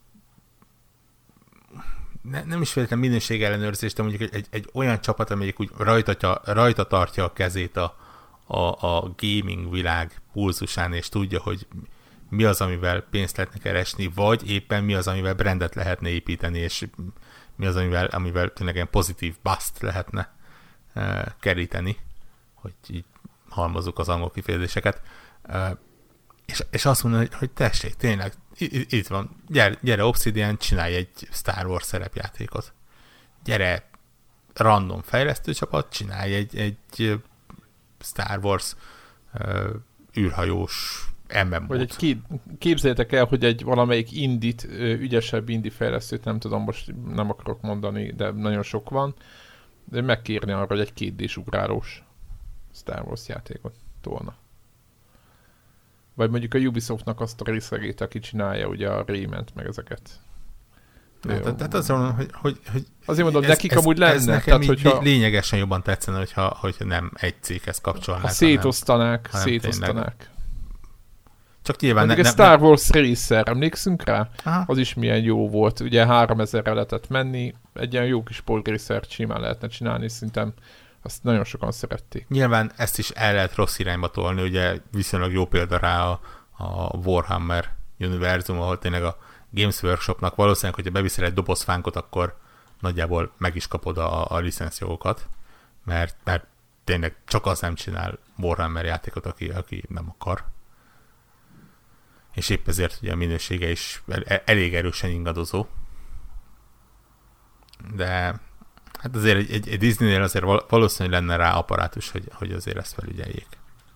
nem is feltétlenül minőségellenőrzés, de mondjuk egy olyan csapat, amelyik úgy rajta tartja a kezét a gaming világ pulzusán, és tudja, hogy mi az, amivel pénzt lehetne keresni, vagy éppen mi az, amivel brandet lehetne építeni, és mi az, amivel tényleg ilyen pozitív bust lehetne keríteni, hogy így halmozzuk az angol kifejezéseket. És azt mondani, hogy tessék, tényleg, itt van, gyere Obsidian, csinálj egy Star Wars szerepjátékot. Gyere random fejlesztő csapat, csinálj egy Star Wars űrhajós MMO-t. Vagy képzeljétek el, hogy egy valamelyik indit, ügyesebb indie fejlesztőt, nem tudom, most nem akarok mondani, de nagyon sok van, de megkérni arra, hogy egy 2D-s ugrálós Star Wars játékot tolna. Vagy mondjuk a Ubisoftnak azt a részlegét, aki csinálja ugye a Rayment, meg ezeket. Tehát azt mondom, hogy azért mondom, nekik amúgy lenne. Ez nekem tehát, hogyha lényegesen jobban tetszene, hogyha nem egy céghez kapcsolnák. Ha szétosztanák. Csak nyilván a Star Wars Racer, emlékszünk rá? Aha. Az is milyen jó volt. Ugye 3000-re lehetett menni, egy ilyen jó kis podracert simán lehetne csinálni, szerintem azt nagyon sokan szerették. Nyilván ezt is el lehet rossz irányba tolni, ugye viszonylag jó példa rá a Warhammer univerzum, ahol tényleg a Games Workshopnak valószínűleg, hogyha beviszel egy doboz fánkot, akkor nagyjából meg is kapod a licenszjogokat, mert tényleg csak az nem csinál Warhammer játékot, aki nem akar. És épp ezért ugye a minősége is elég erősen ingadozó. De hát azért egy Disneynél azért valószínűleg lenne rá apparátus, hogy azért ezt felügyeljék.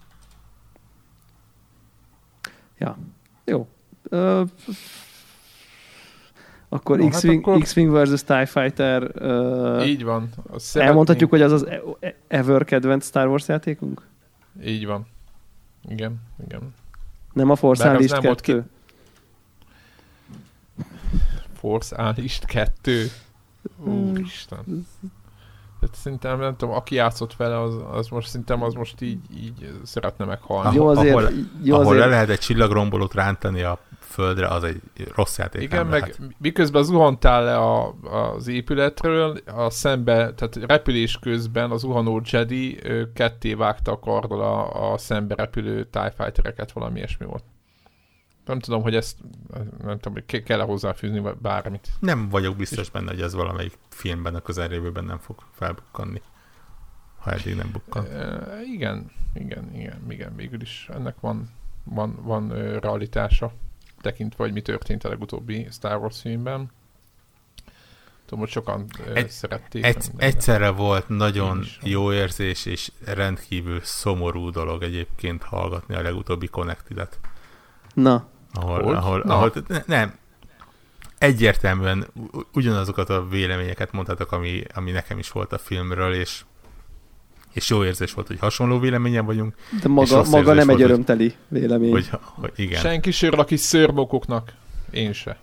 Ja, jó. Akkor X-Wing versus TIE Fighter. Így van. Elmondhatjuk, hogy az az ever kedvenc Star Wars játékunk? Így van. Igen. Nem a Force Unleashed 2? Force Unleashed 2? Úristen. Szerintem, nem tudom, aki játszott vele, az most így szeretne meghalni. Ahol le lehet egy csillagrombolót rántani a földre, az egy rossz játék. Igen, meg miközben zuhantál le az épületről, a szembe, tehát repülés közben az zuhanó Jedi ketté vágta a karddal a szembe repülő TIE Fightereket, valami ilyesmi volt. Nem tudom, hogy ezt nem tudom, hogy kell-e hozzáfűzni bármit. Nem vagyok biztos benne, hogy ez valamelyik filmben a közeljövőben nem fog felbukkanni. Ha eddig nem bukkan. Igen. Végül is ennek van realitása, tekintve, hogy mi történt a legutóbbi Star Wars filmben. Tudom, hogy sokan szerették. Egyszerre volt nagyon jó érzés, és rendkívül szomorú dolog egyébként hallgatni a legutóbbi Connected-et. Na. Ahol nem, egyértelműen ugyanazokat a véleményeket mondhatok, ami nekem is volt a filmről, és jó érzés volt, hogy hasonló véleményen vagyunk. De maga nem egy örömteli vélemény. Hogy igen. Senki sörl a kis szőrmokoknak. Én se.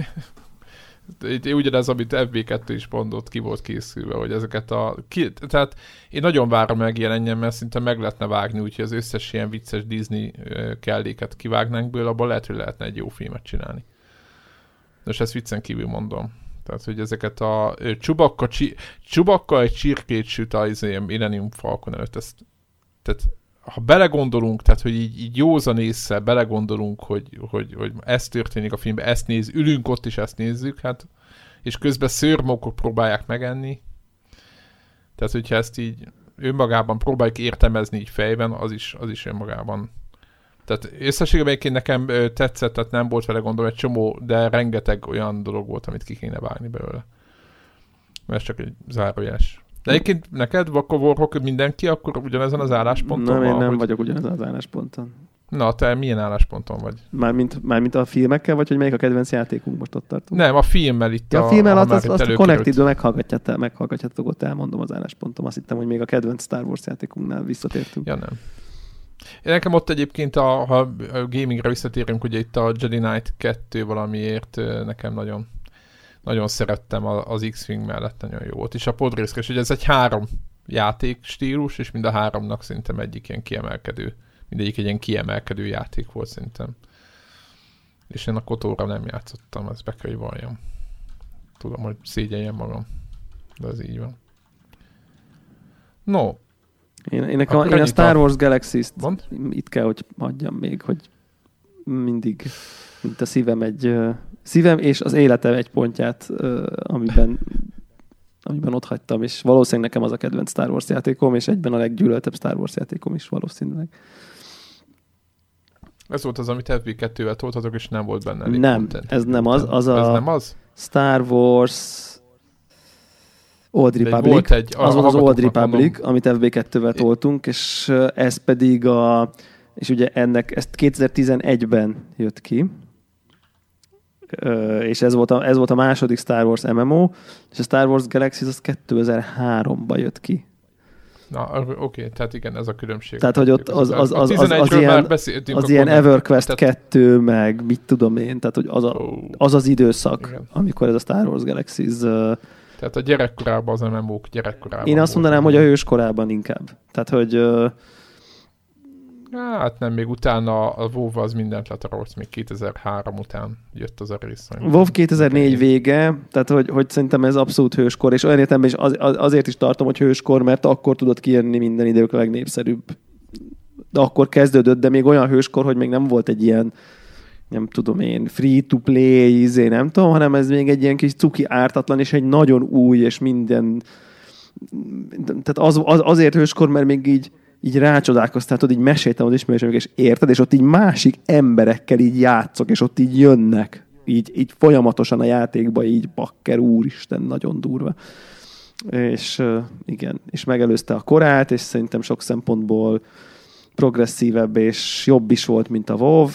Ugyanez, amit FB2 is mondott, ki volt készülve, hogy ezeket tehát én nagyon várom megjelenjen, mert szinte meg lehetne vágni, úgyhogy az összes ilyen vicces Disney kelléket kivágnánk bőle, abban lehet, hogy lehetne egy jó filmet csinálni. Most ezt viccen kívül mondom. Tehát, hogy ezeket a Chewbacca egy csirkét süt a Millennium Falcon előtt. Tehát ha belegondolunk, tehát, hogy így józan észre belegondolunk, hogy ez történik a filmben, ülünk ott és ezt nézzük, hát, és közben szőrmokok próbálják megenni. Tehát, hogyha ezt így önmagában próbáljuk értelmezni így fejben, az is önmagában. Tehát összességében egyébként nekem tetszett, tehát nem volt vele gondom egy csomó, de rengeteg olyan dolog volt, amit ki kéne vágni belőle. Mert csak egy zárójeles. De egyébként neked, Vakovorhok, mindenki akkor ugyanezen az állásponton Nem, én van? nem hogy... vagyok ugyanezen az állásponton. Na, te milyen állásponton vagy? Mármint a filmekkel, vagy hogy melyik a kedvenc játékunk, most ott tartunk? Nem, a filmmel itt Ja, a filmmel azt a Connected-ből meghallgatjátok, ott elmondom az álláspontom. Azt hittem, hogy még a kedvenc Star Wars játékunknál visszatértünk. Ja, nem. Én nekem ott egyébként, ha a gamingre visszatérünk, ugye itt a Jedi Knight 2 valamiért nekem nagyon, nagyon szerettem az X-Wing mellett, nagyon jó volt. És a podrészre, és ugye ez egy 3 játék stílus, és mind a 3-nak szerintem egyik ilyen kiemelkedő. Mindegyik egy ilyen kiemelkedő játék volt szerintem. És én a Kotóra nem játszottam, ezt be kell, hogy valljam. Tudom, hogy szégyeljem magam. De ez így van. No. Én a Star Wars Galaxy-t itt kell, hogy adjam még, hogy mindig, mint a szívem és az életem egy pontját, amiben ott hagytam, és valószínűleg nekem az a kedvenc Star Wars játékom, és egyben a leggyűlöltebb Star Wars játékom is valószínűleg. Ez volt az, amit FB2-vel toltatok, és nem volt benne elég nem, content. Ez nem az. Ez nem az? Star Wars Old Republic. Az volt az Old Republic, amit FB2-vel toltunk, és ez pedig és ugye ezt 2011-ben jött ki, és ez volt a második Star Wars MMO, és a Star Wars Galaxy az 2003-ban jött ki. Na, oké, tehát igen, ez a különbség. Tehát, hogy ott az ilyen EverQuest 2, meg mit tudom én, tehát, hogy az időszak, igen, amikor ez a Star Wars Galaxy tehát a gyerekkorában az MMO-k gyerekkorában. Én azt mondanám, hogy a hőskorában inkább. Tehát, hogy... Hát nem, még utána a WoW az mindent letarolt, még 2003 után jött az a rész. WoW 2004 vége, tehát hogy szerintem ez abszolút hőskor, és olyan értelemben is azért is tartom, hogy hőskor, mert akkor tudott kijönni minden idők legnépszerűbb. De akkor kezdődött, de még olyan hőskor, hogy még nem volt egy ilyen, nem tudom én, free-to-play, nem tudom, hanem ez még egy ilyen kis cuki ártatlan, és egy nagyon új, és minden... Tehát azért hőskor, mert még így rácsodálkoztál, tudod, így meséltem az ismerősömnek, és érted, és ott így másik emberekkel így játszok, és ott így jönnek, így folyamatosan a játékba, így bakker, úristen, nagyon durva. És igen, és megelőzte a korát, és szerintem sok szempontból progresszívebb és jobb is volt, mint a WoW.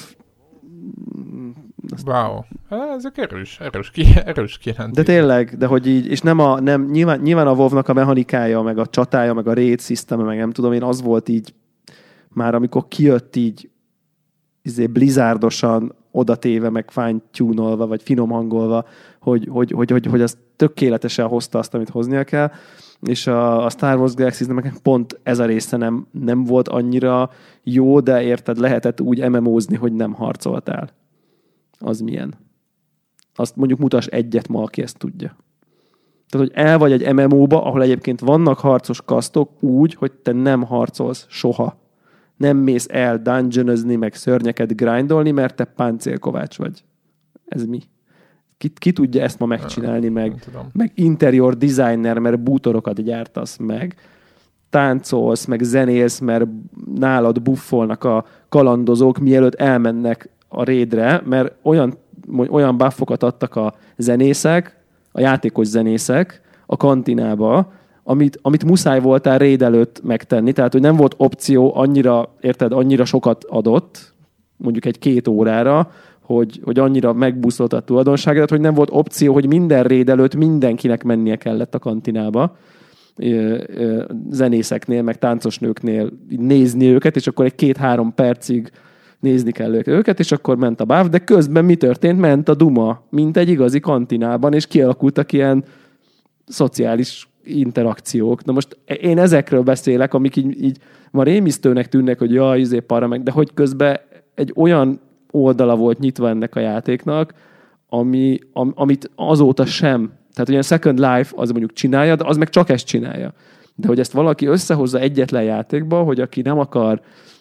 Wow. Ezek erős kijelentés. De tényleg, de hogy így, és nyilván a WoW-nak a mechanikája, meg a csatája, meg a raid system, meg nem tudom én, az volt így, már amikor kijött így blizzardosan odatéve, meg fine-tunolva, vagy finom hangolva, hogy az tökéletesen hozta azt, amit hoznia kell, és a Star Wars Galaxy-nek pont ez a része nem volt annyira jó, de érted, lehetett úgy MMO-zni, hogy nem harcoltál. Az milyen? Azt mondjuk mutass egyet ma, aki ezt tudja. Tehát, hogy el vagy egy MMO-ba, ahol egyébként vannak harcos kasztok úgy, hogy te nem harcolsz soha. Nem mész el dungeonozni, meg szörnyeket grindolni, mert te páncélkovács vagy. Ez mi? Ki tudja ezt ma megcsinálni, meg interior designer, mert bútorokat gyártasz meg, táncolsz, meg zenélsz, mert nálad buffolnak a kalandozók, mielőtt elmennek a raidre, mert olyan buffokat adtak a zenészek, a játékos zenészek a kantinába, amit muszáj voltál raid előtt megtenni, tehát hogy nem volt opció annyira sokat adott, mondjuk egy 2 órára, hogy annyira megbuszolta a tulajdonságodat, hogy nem volt opció, hogy minden raid előtt mindenkinek mennie kellett a kantinába, zenészeknél, meg táncosnőknél nézni őket, és akkor egy 2-3 percig nézni kell őket, és akkor ment a buff, de közben mi történt? Ment a duma, mint egy igazi kantinában, és kialakultak ilyen szociális interakciók. Na most én ezekről beszélek, amik így ma rémisztőnek tűnnek, hogy jaj, para meg, de hogy közben egy olyan oldala volt nyitva ennek a játéknak, amit azóta sem. Tehát olyan Second Life az mondjuk csinálja, de az meg csak ezt csinálja. De hogy ezt valaki összehozza egyetlen játékba, hogy aki nem akar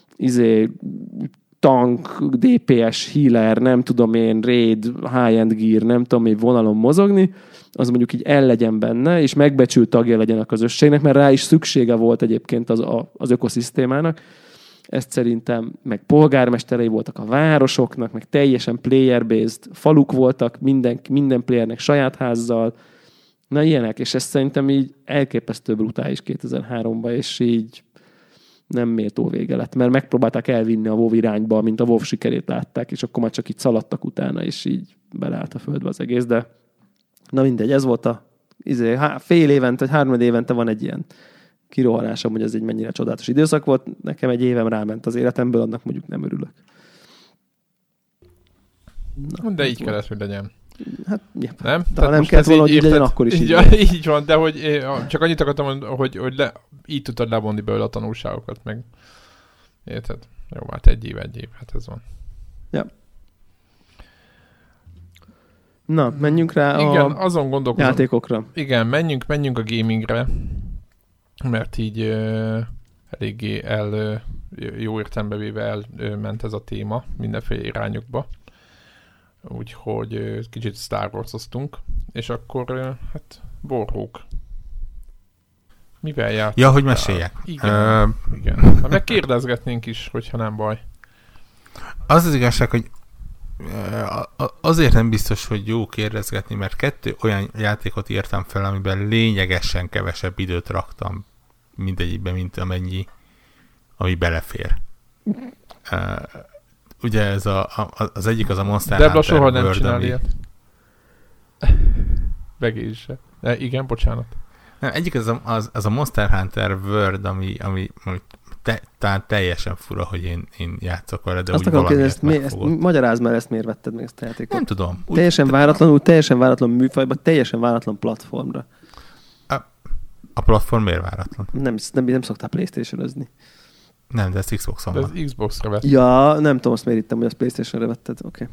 tank, DPS, healer, nem tudom én, raid, high-end gear, nem tudom én vonalon mozogni, az mondjuk így el legyen benne, és megbecsült tagja legyen a közösségnek, mert rá is szüksége volt egyébként az ökoszisztémának. Ezt szerintem meg polgármesterei voltak a városoknak, meg teljesen player-based faluk voltak, minden playernek saját házzal, Na ilyenek, és ez szerintem így elképesztő brutális 2003-ban, és így nem méltó vége lett, mert megpróbálták elvinni a WoW irányba, mint a WoW sikerét látták, és akkor már csak így szaladtak utána, és így beleállt a földbe az egész, de na mindegy, ez volt a fél évente, vagy 3 évente van egy ilyen kirohanásom, hogy ez egy mennyire csodálatos időszak volt. Nekem egy évem ráment az életemből, annak mondjuk nem örülök. Na, de így kellett, hogy legyen. Hát, ja. Nem? De ha nem kellett volna, hogy így legyen, akkor is így van, de hogy csak annyit akartam mondani, hogy így tudtad levonni belőle a tanulságokat, meg érted? Jó, hát egy év, hát ez van. Ja. Na, menjünk rá igen, azon gondolkozom. Játékokra. Igen, menjünk a gamingre, mert így eléggé jó értelembe véve elment ez a téma mindenféle irányokba. Úgyhogy kicsit Star Wars-oztunk, és akkor hát Warhawk. Mivel játszottál? Ja, hogy meséljek. Igen. Ha megkérdezgetnénk is, hogyha nem baj. Az igazság, hogy azért nem biztos, hogy jó kérdezgetni, mert 2 olyan játékot írtam fel, amiben lényegesen kevesebb időt raktam mindegyikben, mint ami belefér. Ugye ez az egyik az a Monster Debla Hunter soha nem World, csinál ilyet. Begézse. Igen, bocsánat. Nem, egyik az a Monster Hunter World, ami talán teljesen fura, hogy én játszok vele, de azt úgy ezt magyarázd már, ezt miért vetted meg ezt a játékot? Nem tudom. Teljesen váratlan műfajban, teljesen váratlan platformra. A platform miért váratlan? Nem szoktál PlayStation-özni. Nem, de ezt Xbox-on van. De ez Xbox-ra vetted. Ja, nem tudom, azt miért hittem, hogy azt PlayStation-re vetted. Oké.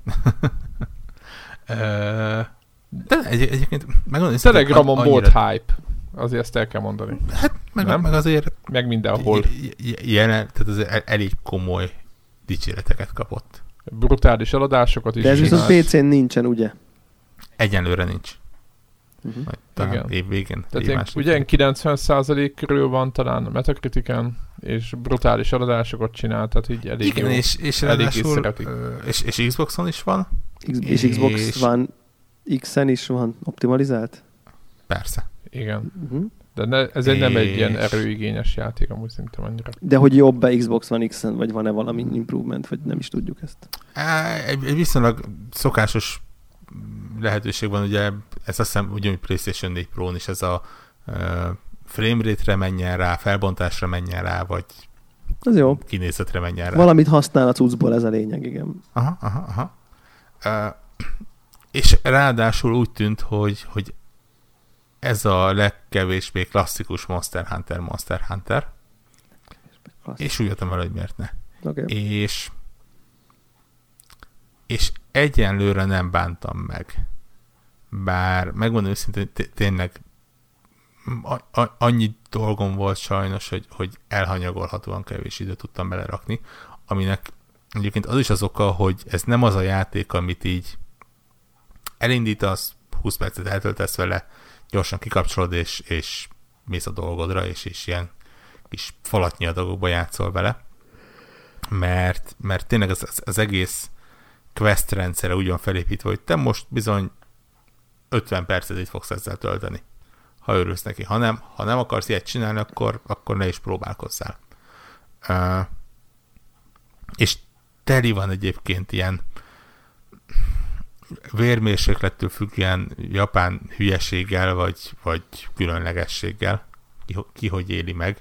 De egyébként megmondom, Telegramon volt hype. Azért ezt el kell mondani. Hát meg azért... Meg mindenhol. Tehát azért elég komoly dicséreteket kapott. Brutális eladásokat is. De ez viszont PC-n nincsen, ugye? Egyenlőre nincs. Igen. Év végén. Tehát ugye 90% körül van talán a Metacritiken, és brutális eladásokat csinál, tehát így elég igen, jó. És eléggé szeretik. És Xboxon is van. És Xbox van, X-en is van optimalizált? Persze. Igen. De ez nem egy ilyen erőigényes játék, amúgy szerintem annyira. De hogy jobb-e Xbox One X-en, vagy van-e valami improvement, vagy nem is tudjuk ezt? Egy viszonylag szokásos lehetőség van, ugye ez azt hiszem ugyanúgy PlayStation 4 Pro-n is ez a framerate-re menjen rá, felbontásra menjen rá, vagy az jó. Kinézetre menjen rá. Valamit használ a cuccból, ez a lényeg, igen. Aha. És ráadásul úgy tűnt, hogy ez a legkevésbé klasszikus Monster Hunter. És úgy jöttem vele, hogy miért ne. Okay. És egyenlőre nem bántam meg. Bár megmondom őszintén, tényleg annyi dolgom volt sajnos, hogy elhanyagolhatóan kevés időt tudtam belerakni, aminek egyébként az is az oka, hogy ez nem az a játék, amit így elindítasz, 20 percet eltöltesz vele, gyorsan kikapcsolod, és mész a dolgodra, és ilyen kis falatnyi adagokba játszol vele. Mert tényleg az egész quest rendszere úgy van felépítve, hogy te most bizony 50 percet itt fogsz ezzel tölteni, ha örülsz neki. Ha nem akarsz ilyet csinálni, akkor ne is próbálkozzál. És teli van egyébként ilyen vérmérséklettől függően japán hülyeséggel, vagy különlegességgel, ki hogy éli meg.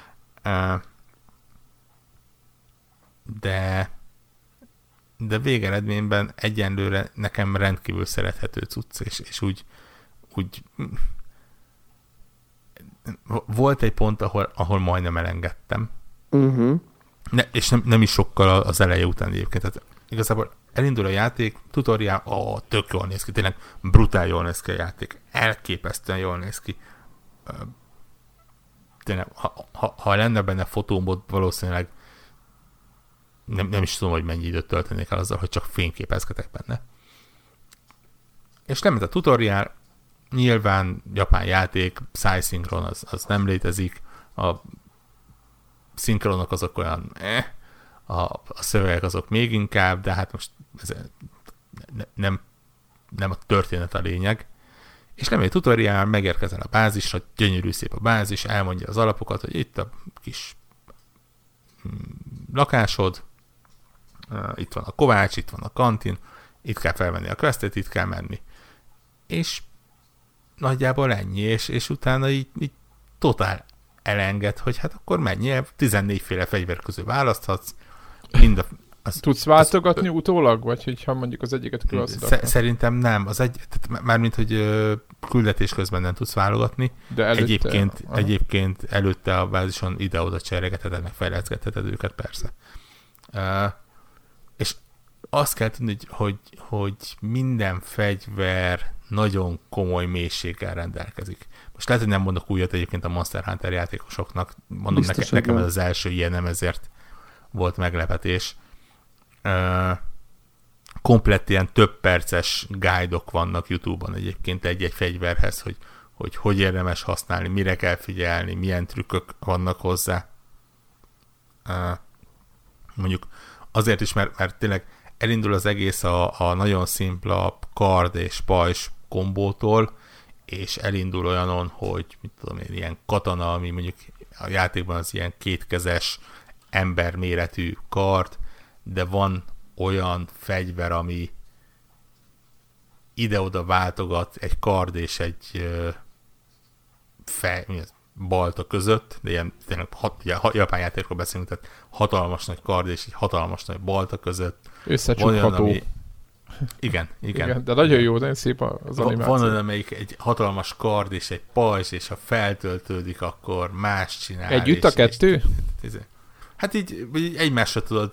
De végeredményben egyenlőre nekem rendkívül szerethető cucc, és úgy volt egy pont, ahol majdnem elengedtem. És nem is sokkal az eleje után egyébként. Tehát igazából elindul a játék, tutoriál, tök jól néz ki, tényleg brutál jól néz ki a játék, elképesztően jól néz ki. Tényleg, ha lenne benne fotómód, valószínűleg nem is tudom, hogy mennyi időt töltenék el azzal, hogy csak fényképezgetek benne. És lement a tutoriál, nyilván japán játék, szájszinkron az nem létezik, a szinkronok azok olyan a szövegek azok még inkább, de hát most ez nem a történet a lényeg. És lemegy a tutoriál, megérkezel a bázisra, gyönyörű szép a bázis, elmondja az alapokat, hogy itt a kis lakásod, itt van a kovács, itt van a kantin, itt kell felvenni a questet, itt kell menni. És nagyjából ennyi, és utána így totál elenged, hogy hát akkor menjél, 14 féle fegyver közül választhatsz, Tudsz váltogatni utólag, vagy hogyha mondjuk az egyiket különbözőt? Szerintem nem. Mármint, hogy küldetés közben nem tudsz válogatni. De egyébként előtte a bázison ide-oda cserégetheted, meg fejleszgetheted őket, persze. És azt kell tudni, hogy minden fegyver nagyon komoly mélységgel rendelkezik. Most lehet, hogy nem mondok újat egyébként a Monster Hunter játékosoknak. Mondom, nekem ez az első ilyenem, ezért volt meglepetés. Komplett ilyen több perces guide-ok vannak YouTube-on egyébként egy-egy fegyverhez, hogy érdemes használni, mire kell figyelni, milyen trükkök vannak hozzá. Mondjuk azért is, mert tényleg elindul az egész a nagyon szimpla kard és pajzs kombótól, és elindul olyanon, hogy mit tudom én, ilyen katana, ami mondjuk a játékban az ilyen kétkezes emberméretű kard, de van olyan fegyver, ami ide-oda váltogat egy kard és egy balta között, de ilyen tényleg japán játékról beszélünk, tehát hatalmas nagy kard és egy hatalmas nagy balta között. Összecsukható. Igen. De nagyon jó, nagyon szép az animáció. Van olyan, amelyik egy hatalmas kard és egy pajzs, és ha feltöltődik, akkor más csinál. Együtt a kettő? Hát így egymásra tudod,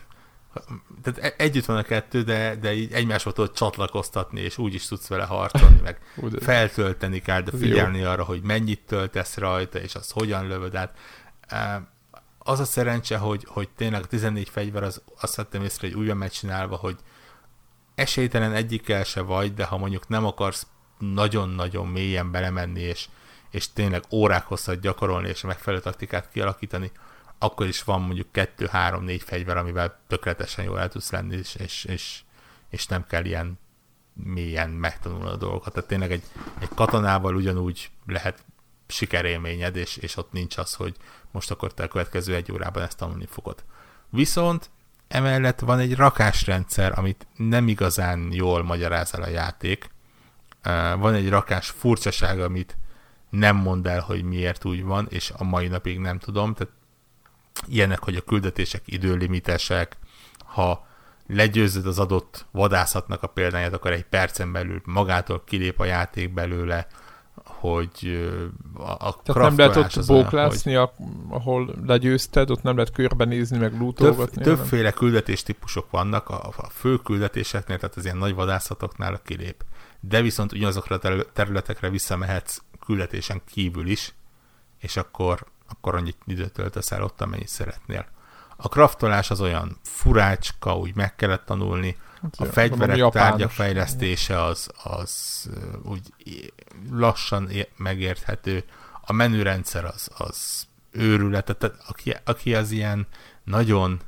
tehát együtt van a kettő, de így egymásra tudod csatlakoztatni, és úgy is tudsz vele harcolni, meg feltölteni kell, de figyelni arra, hogy mennyit töltesz rajta, és azt hogyan lövöd át. Az a szerencse, hogy tényleg a 14 fegyver, azt vettem észre, hogy úgy van megcsinálva, hogy esélytelen egyikkel se vagy, de ha mondjuk nem akarsz nagyon-nagyon mélyen belemenni, és tényleg órák hosszat gyakorolni, és a megfelelő taktikát kialakítani, akkor is van mondjuk 2-3-4 fegyver, amivel tökéletesen jól el tudsz lenni, és nem kell ilyen mélyen megtanulni a dolgokat. Tehát tényleg egy katonával ugyanúgy lehet sikerélményed, és ott nincs az, hogy most akkor te a következő 1 órában ezt tanulni fogod. Viszont emellett van egy rakásrendszer, amit nem igazán jól magyaráz el a játék. Van egy rakás furcsaság, amit nem mond el, hogy miért úgy van, és a mai napig nem tudom. Tehát ilyenek, hogy a küldetések időlimitesek, ha legyőzöd az adott vadászatnak a példányát, akkor egy percen belül magától kilép a játék belőle, hogy a tehát nem lehet ott bóklászni, ahol legyőzted, ott nem lehet körbenézni, meg lootolgatni. Többféle küldetés típusok vannak, a fő küldetéseknél, tehát az ilyen nagy vadászatoknál kilép. De viszont ugyanazokra a területekre visszamehetsz küldetésen kívül is, és akkor annyi időt töltesz el ott, amennyit szeretnél. A kraftolás az olyan furácska, úgy meg kellett tanulni, a fegyverek, tárgyak fejlesztése az úgy lassan megérthető, a menürendszer az őrület, tehát aki az ilyen nagyon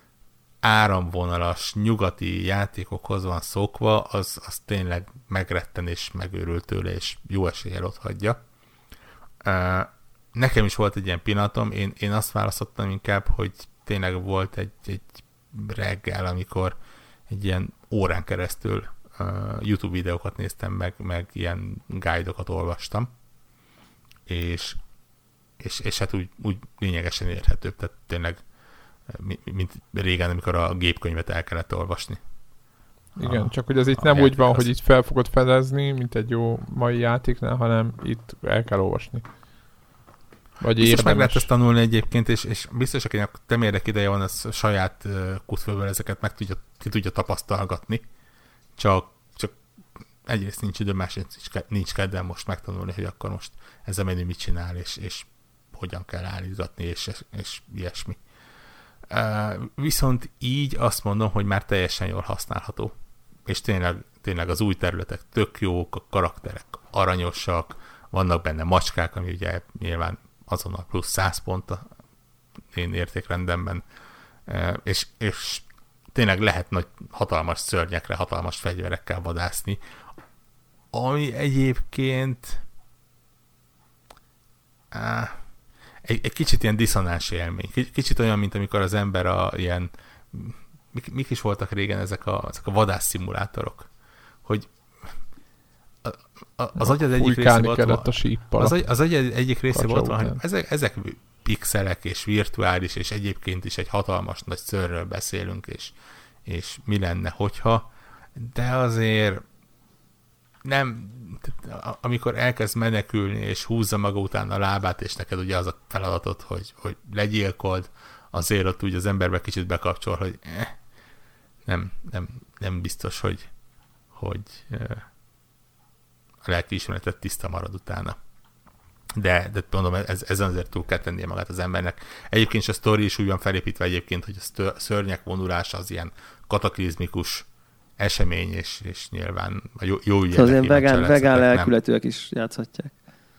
áramvonalas nyugati játékokhoz van szokva, az tényleg megretten és megőrült tőle, és jó eséllyel ott hagyja. Nekem is volt egy ilyen pillanatom, én azt választottam inkább, hogy tényleg volt egy reggel, amikor egy ilyen órán keresztül YouTube videókat néztem meg ilyen guide-okat olvastam, és hát úgy lényegesen érhetőbb, tehát tényleg mint régen, amikor a gépkönyvet el kellett olvasni. Igen, csak hogy az itt nem úgy van, hogy itt fel fogod fedezni, mint egy jó mai játéknál, hanem itt el kell olvasni. Vagy biztos meg lehet ezt tanulni egyébként, és biztos, akinek temérdek ideje van, az saját kutfőből ezeket ki tudja tapasztalgatni. Csak egyrészt nincs idő, másrészt nincs kedvem most megtanulni, hogy akkor most ez a menü mit csinál, és hogyan kell állítgatni, és ilyesmi. Viszont így azt mondom, hogy már teljesen jól használható. És tényleg az új területek tök jók, a karakterek aranyosak, vannak benne macskák, ami ugye nyilván azonnal plusz 100 pont a én értékrendemben, és tényleg lehet hatalmas szörnyekre, hatalmas fegyverekkel vadászni. Ami egyébként egy kicsit ilyen diszonáns élmény. Kicsit olyan, mint amikor az ember ilyen mik is voltak régen ezek a vadászszimulátorok, hogy az agy az egyik részében az agy egyik részében ott van, hogy ezek pixelek és virtuális, és egyébként is egy hatalmas nagy szörről beszélünk, és mi lenne, hogyha, de azért nem, amikor elkezd menekülni, és húzza maga után a lábát, és neked ugye az a feladatod, hogy legyilkold, azért ott úgy az emberbe kicsit bekapcsol, hogy nem biztos, hogy a lelkiismeretet tiszta marad utána. De mondom, ezen azért túl kell tennie magát az embernek. Egyébként a sztori is úgy van felépítve egyébként, hogy a szörnyek vonulása az ilyen kataklizmikus esemény, és nyilván jó ügyek. Szóval ilyen vegán lelkületűek is játszhatják.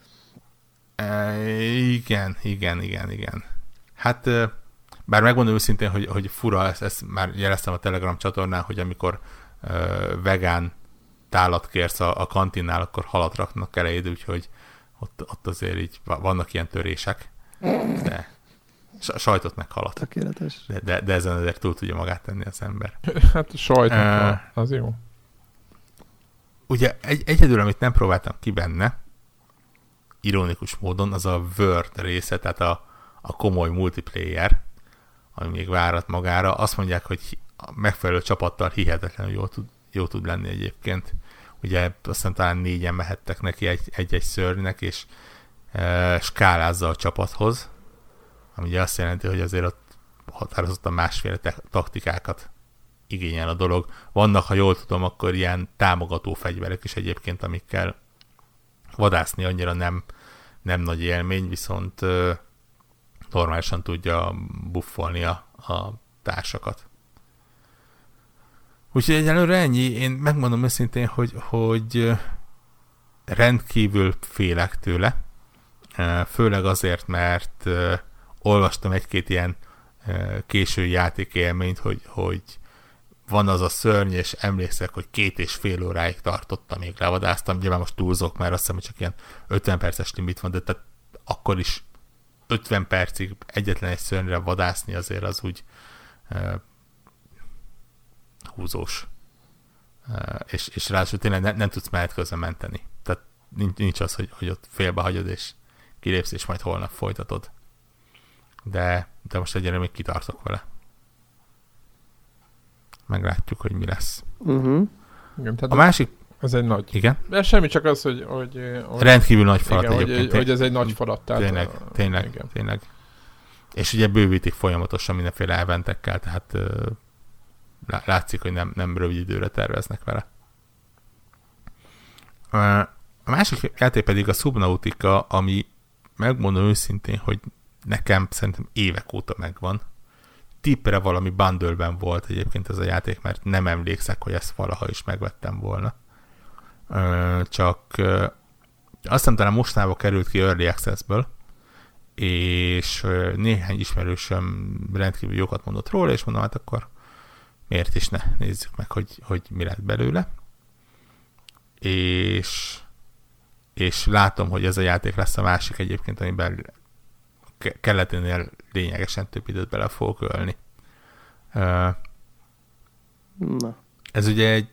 Igen. Hát, bár megmondom őszintén, hogy fura, ezt már jeleztem a Telegram csatornán, hogy amikor vegán tálat kérsz a kantinnál, akkor halat raknak eléd, úgyhogy ott azért így vannak ilyen törések. De sajtot meg halat. Tökéletes. De ezen azért túl tudja magát tenni az ember. Hát sajtot az jó. Ugye egyedül, amit nem próbáltam ki benne, ironikus módon, az a Word része, tehát a komoly multiplayer, ami még várat magára. Azt mondják, hogy a megfelelő csapattal hihetetlenül jó tud lenni egyébként. Ugye aztán talán 4-en mehettek neki egy szörnynek, és skálázza a csapathoz, ami ugye azt jelenti, hogy azért ott határozottan másféle taktikákat igényel a dolog. Vannak, ha jól tudom, akkor ilyen támogató fegyverek is egyébként, amikkel vadászni annyira nem nagy élmény, viszont normálisan tudja buffolni a társakat. Úgyhogy egyelőre ennyi. Én megmondom őszintén, hogy rendkívül félek tőle. Főleg azért, mert olvastam egy-két ilyen késői játékélményt, hogy van az a szörny, és emlékszek, hogy 2,5 óráig tartotta, még levadáztam. Nyilván most túlzok, mert azt hiszem, hogy csak ilyen 50 perces limit van, de tehát akkor is 50 percig egyetlen egy szörnyre vadászni azért az úgy húzós. És ráadásul tényleg nem tudsz menet közben menteni. Tehát nincs az, hogy ott félbehagyod, és kilépsz, és majd holnap folytatod. De most egyre még kitartok vele. Meglátjuk, hogy mi lesz. Uh-huh. Igen, a másik... Ez egy nagy... Igen? De semmi, csak az, hogy rendkívül nagy falat igen, egyébként. hogy ez egy nagy falat. Tényleg. És ugye bővítik folyamatosan mindenféle eventekkel, tehát látszik, hogy nem rövid időre terveznek vele. A másik játék pedig a Subnautica, ami megmondom őszintén, hogy nekem szerintem évek óta megvan. Tippre valami bundle-ben volt egyébként ez a játék, mert nem emlékszek, hogy ezt valaha is megvettem volna. Csak azt hiszem, talán mostanában került ki Early Access-ből, és néhány ismerősöm rendkívül jókat mondott róla, és mondom, hát akkor miért is ne nézzük meg, hogy mi lett belőle. És látom, hogy ez a játék lesz a másik egyébként, amiben kelleténél lényegesen több időt bele fogok ölni. Na. Ez ugye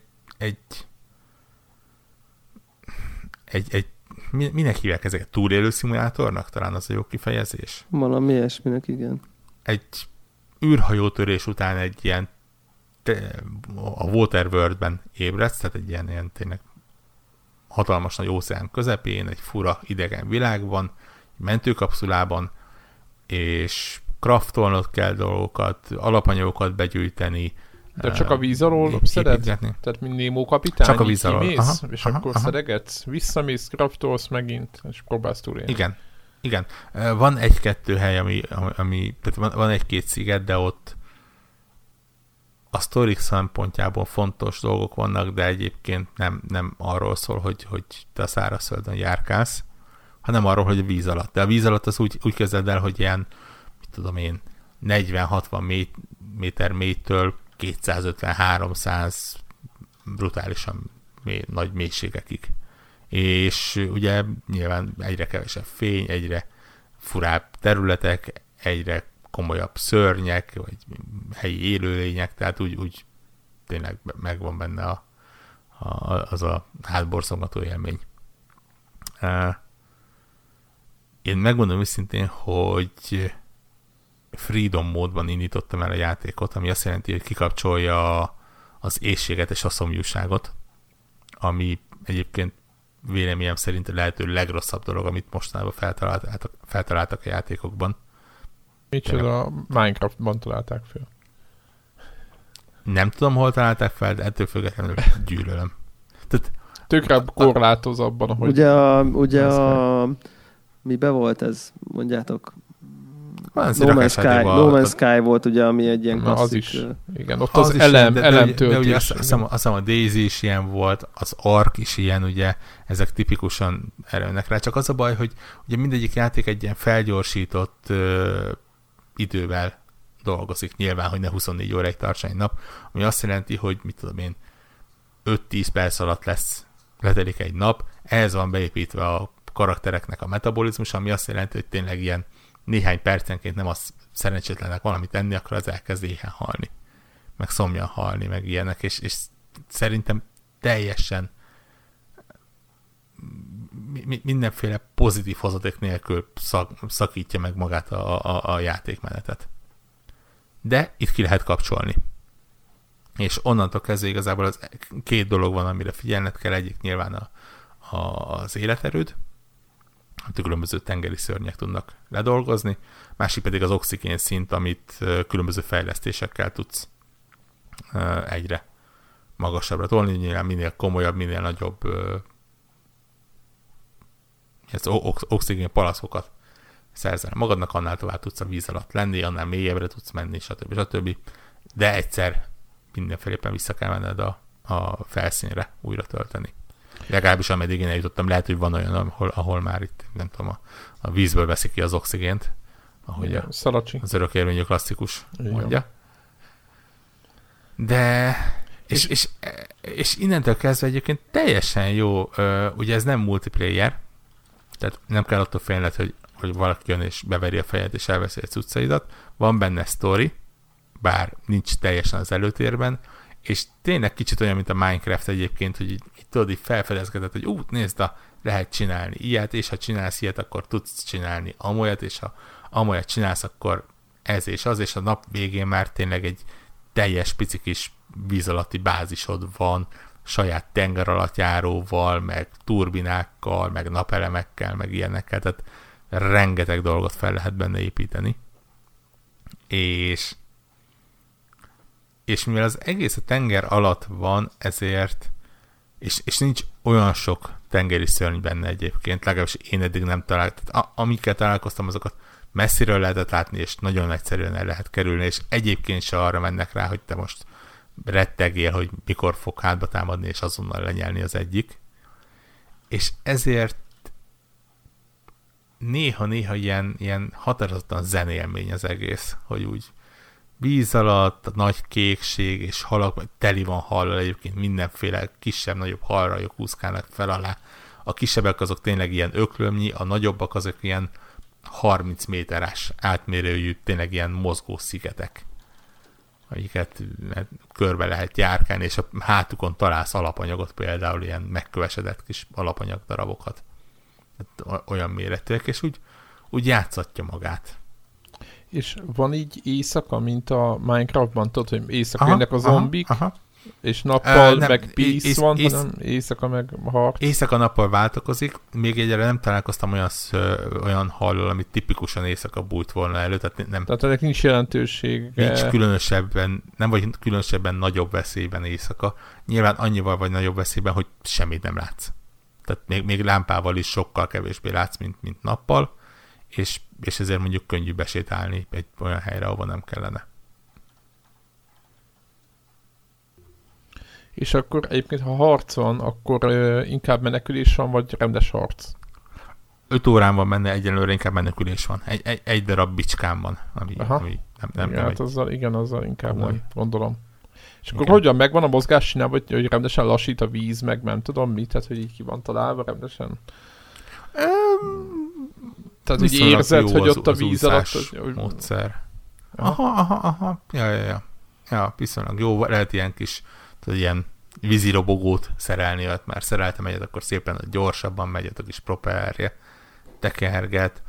egy minek hívják ezeket? Túlélő szimulátornak? Talán az a jó kifejezés? Valami ilyesminek, igen. Egy űrhajótörés után egy ilyen a Waterworld-ben ébredsz, tehát egy ilyen tényleg hatalmas nagy óceán közepén, egy fura idegen világban, egy mentőkapszulában, és craftolnod kell dolgokat, alapanyagokat begyűjteni. De csak a víz alól szeded? Tehát mint Nemo kapitány? Csak a víz alól. És akkor szedegetsz, visszamész, craftolsz megint, és próbálsz túlélni. Igen. Van egy-kettő hely, ami tehát van egy-két sziget, de ott a sztorik szempontjából fontos dolgok vannak, de egyébként nem arról szól, hogy te a szárazföldön járkálsz, hanem arról, hogy a víz alatt. De a víz alatt az úgy kezded el, hogy ilyen, mit tudom én, 40-60 méter mélytől 250-300 brutálisan nagy mélységekig És ugye nyilván egyre kevesebb fény, egyre furább területek, egyre komolyabb szörnyek, vagy helyi élőlények, tehát úgy tényleg megvan benne az a hátborzongató élmény. Én megmondom őszintén, hogy Freedom módban indítottam el a játékot, ami azt jelenti, hogy kikapcsolja az éhséget és a szomjúságot, ami egyébként véleményem szerint a lehető legrosszabb dolog, amit mostanában feltaláltak a játékokban. Micsoda Minecraftban találták fel. Nem tudom, hol találták fel, de ettől függetlenül gyűlölöm. Tökre korlátoz abban, hogy... Mibe volt ez? Mondjátok. No Man's Sky volt ugye, ami egy ilyen klasszik... Az is, igen, ott az elemtöltés. De ugye azt hiszem a Daisy is ilyen volt, az Ark is ilyen, ugye, ezek tipikusan erőnek rá. Csak az a baj, hogy ugye mindegyik játék egy ilyen felgyorsított idővel dolgozik, nyilván, hogy ne 24 óráig tartson egy nap, ami azt jelenti, hogy mit tudom én, 5-10 perc alatt letelik egy nap, ehhez van beépítve a karaktereknek a metabolizmus, ami azt jelenti, hogy tényleg ilyen néhány percenként nem az szerencsétlenek valamit enni, akkor az elkezd éhen halni, meg szomjan halni, meg ilyenek, és szerintem teljesen mindenféle pozitív hozadék nélkül szakítja meg magát a játékmenetet. De itt ki lehet kapcsolni. És onnantól kezdve igazából az két dolog van, amire figyelned kell. Egyik nyilván az életerőd, amit a különböző tengeri szörnyek tudnak ledolgozni, másik pedig az oxigén szint, amit különböző fejlesztésekkel tudsz egyre magasabbra tolni, nyilván minél komolyabb, minél nagyobb oxigén palaszokat szerzel magadnak, annál tovább tudsz a víz alatt lenni, annál mélyebbre tudsz menni, stb. De egyszer mindenféleképpen vissza kell menned a felszínre újra tölteni. Legalábbis ameddig én eljutottam, lehet, hogy van olyan, ahol már itt, nem tudom, a vízből veszik ki az oxigént, ahogy az örökérvényű klasszikus mondja. De és innentől kezdve egyébként teljesen jó, ugye ez nem multiplayer, tehát nem kell attól félned, hogy valaki jön és beveri a fejed és elveszi egy cuccaidat. Van benne sztori, bár nincs teljesen az előtérben, és tényleg kicsit olyan, mint a Minecraft egyébként, hogy így tudod, így felfedezkedett, hogy nézd, lehet csinálni ilyet, és ha csinálsz ilyet, akkor tudsz csinálni amolyat, és ha amolyat csinálsz, akkor ez és az, és a nap végén már tényleg egy teljes pici kis víz alatti bázisod van, saját tengeralattjáróval, meg turbinákkal, meg napelemekkel, meg ilyenekkel, tehát rengeteg dolgot fel lehet benne építeni. És mivel az egész a tenger alatt van, ezért, és nincs olyan sok tengeri szörny benne egyébként, legalábbis én eddig nem találtam. Amikkel találkoztam, azokat messziről lehetett látni, és nagyon egyszerűen el lehet kerülni, és egyébként se arra mennek rá, hogy te most rettegél, hogy mikor fog hátba támadni, és azonnal lenyelni az egyik. És ezért néha ilyen határozottan zenélmény az egész, hogy úgy víz alatt, a nagy kékség, és halak, teli van hallal, egyébként mindenféle kisebb-nagyobb halrajok úszkálnak fel alá. A kisebbek azok tényleg ilyen öklömnyi, a nagyobbak azok ilyen 30 méteres átmérőjű, tényleg ilyen mozgó szigetek, amiket körbe lehet járkálni, és a hátukon találsz alapanyagot, például ilyen megkövesedett kis alapanyag darabokat. Olyan méretűek, és úgy játszatja magát. És van így éjszaka, mint a Minecraftban, tudod, hogy éjszaka jönnek a zombik, és nappal meg peace van, hanem éjszaka meg harc. Éjszaka-nappal változik, még egyre nem találkoztam olyan hallal, amit tipikusan éjszaka bújt volna elő, tehát ennek nincs jelentősége. Nincs különösebben, nem vagy különösebben nagyobb veszélyben éjszaka. Nyilván annyival vagy nagyobb veszélyben, hogy semmit nem látsz. Tehát még lámpával is sokkal kevésbé látsz, mint nappal, és ezért mondjuk könnyű besétálni egy olyan helyre, ahova nem kellene. És akkor egyébként, ha harc van, akkor inkább menekülés van, vagy rendes harc? 5 órán van benne, egyelőre inkább menekülés van. Egy darab bicskám van, ami nem igen, hát azzal inkább nem, gondolom. És akkor hogyan megvan a mozgás csinálva, hogy rendesen lassít a víz, meg nem tudom mi, tehát hogy így ki van találva rendesen? Tehát így érzed, hogy ott a víz alatt... módszer. Aha. Ja, viszonylag jó. Lehet ilyen kis, ilyen vízirobogót szerelni, ha már szereltem egyet, akkor szépen gyorsabban megy a kis propellerje, tekerget.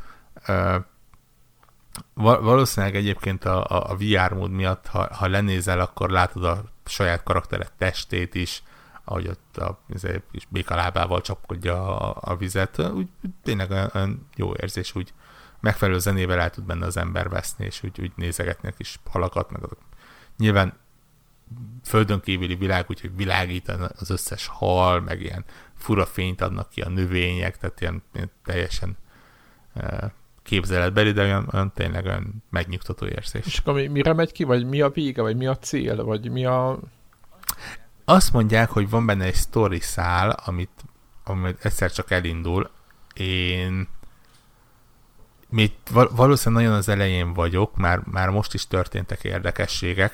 Valószínűleg egyébként a VR mód miatt, ha lenézel, akkor látod a saját karaktered testét is, ahogy ott a kis békalábával csapkodja a vizet. Úgy tényleg olyan jó érzés, úgy megfelelő zenével el tud benne az ember veszni, és úgy nézegetni a kis halakat, meg nyilván földön kívüli világ, úgyhogy világít az összes hal, meg ilyen fura fényt adnak ki a növények, tehát ilyen teljesen képzeletbeli, de olyan tényleg olyan megnyugtató érzés. És akkor mire megy ki, vagy mi a vége, vagy mi a cél, vagy mi a... Azt mondják, hogy van benne egy story szál, amit egyszer csak elindul. Én még valószínűleg nagyon az elején vagyok, már most is történtek érdekességek,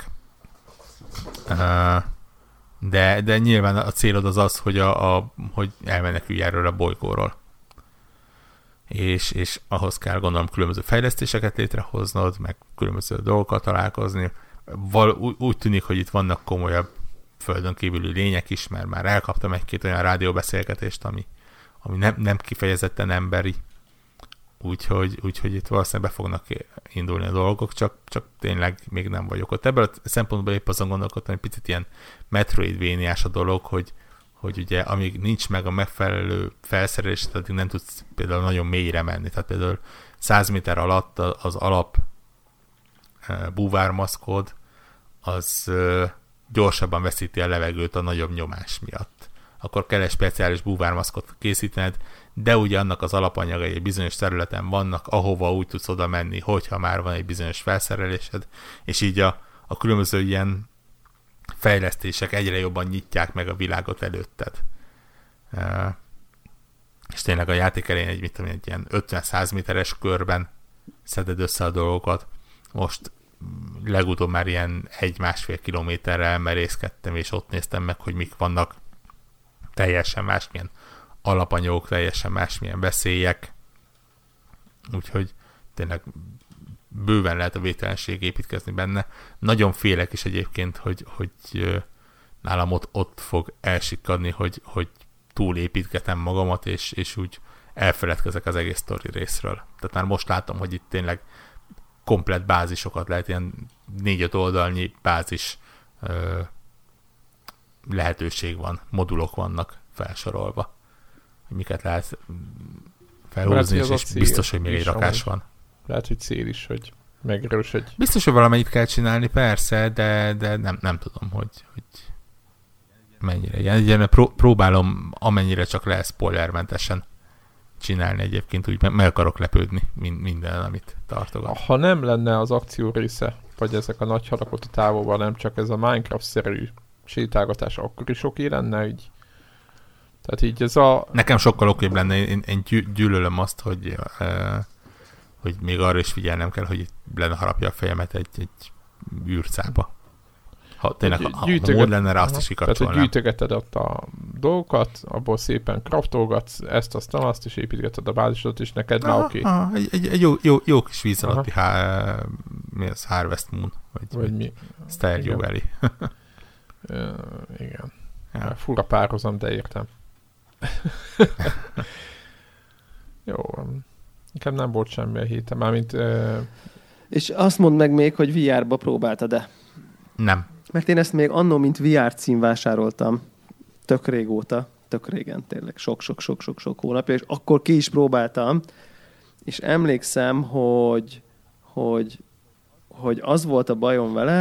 de nyilván a célod az, hogy elmenekülj erről a bolygóról. És ahhoz kell gondolom különböző fejlesztéseket létrehoznod, meg különböző dolgokkal találkozni. Úgy tűnik, hogy itt vannak komolyabb földön kívüli lények is, mert már elkaptam egy-két olyan rádióbeszélgetést, ami nem kifejezetten emberi. Úgyhogy itt valószínűleg be fognak indulni a dolgok, csak tényleg még nem vagyok ott. Ebből a szempontból épp azon gondolkodtam, hogy picit ilyen Metroidvania-s a dolog, hogy ugye amíg nincs meg a megfelelő felszerelés, addig nem tudsz például nagyon mélyre menni. Tehát például 100 méter alatt az alap búvármaszkod az gyorsabban veszíti a levegőt a nagyobb nyomás miatt. Akkor kell egy speciális búvármaszkot készítened, de ugye annak az alapanyagai egy bizonyos területen vannak, ahova úgy tudsz oda menni, hogyha már van egy bizonyos felszerelésed, és így a különböző ilyen fejlesztések egyre jobban nyitják meg a világot előtted. És tényleg a játék elején egy ilyen 50-100 méteres körben szeded össze a dolgokat. Most legutóbb már ilyen 1-1,5 kilométerrel merészkedtem, és ott néztem meg, hogy mik vannak teljesen másmilyen alapanyagok, teljesen másmilyen veszélyek. Úgyhogy tényleg bőven lehet a végtelenség építkezni benne. Nagyon félek is egyébként, hogy nálam ott fog elsikkadni, hogy túlépítgetem magamat, és úgy elfeledkezek az egész sztori részről. Tehát már most látom, hogy itt tényleg komplett bázisokat lehet, ilyen 4-5 oldalnyi bázis lehetőség van, modulok vannak felsorolva, hogy miket lehet felhúzni, és biztos, hogy még egy rakás van. Lehet, hogy cél is, hogy megerősödj. Biztos, hogy valamennyit kell csinálni, persze, de nem tudom, hogy mennyire. Ilyen próbálom amennyire csak lehet spoilermentesen csinálni egyébként, úgy meg akarok lepődni minden, amit tartogat. Ha nem lenne az akció része, vagy ezek a nagy halakot a távolban, nem csak ez a Minecraft-szerű sétálgatás, akkor is oké lenne így. Tehát így ez a... Nekem sokkal okébb lenne, én gyűlölöm azt, hogy még arra is figyelnem kell, hogy itt lenne harapja a fejemet egy űrcápa. Ha tényleg, ha mód lenne rá, azt is kikapcsolnám. Tehát, hogy gyűjtögeted ott a dolgokat, abból szépen craftolgatsz, azt is építgeted a bázisodot, és neked már oké. Egy jó kis víz alatti mi az? Harvest Moon? Vagy mi? Stardew Valley. Igen. Ja. Fura párhuzam, de értem. Jó. Nekem nem volt semmi a héten, mármint... És azt mondd meg még, hogy VR-ba próbáltad-e? Nem. Mert én ezt még annó, mint VR cím vásároltam. Tök régóta. Tök régen, tényleg. Sok hónapja. És akkor ki is próbáltam. És emlékszem, hogy az volt a bajom vele,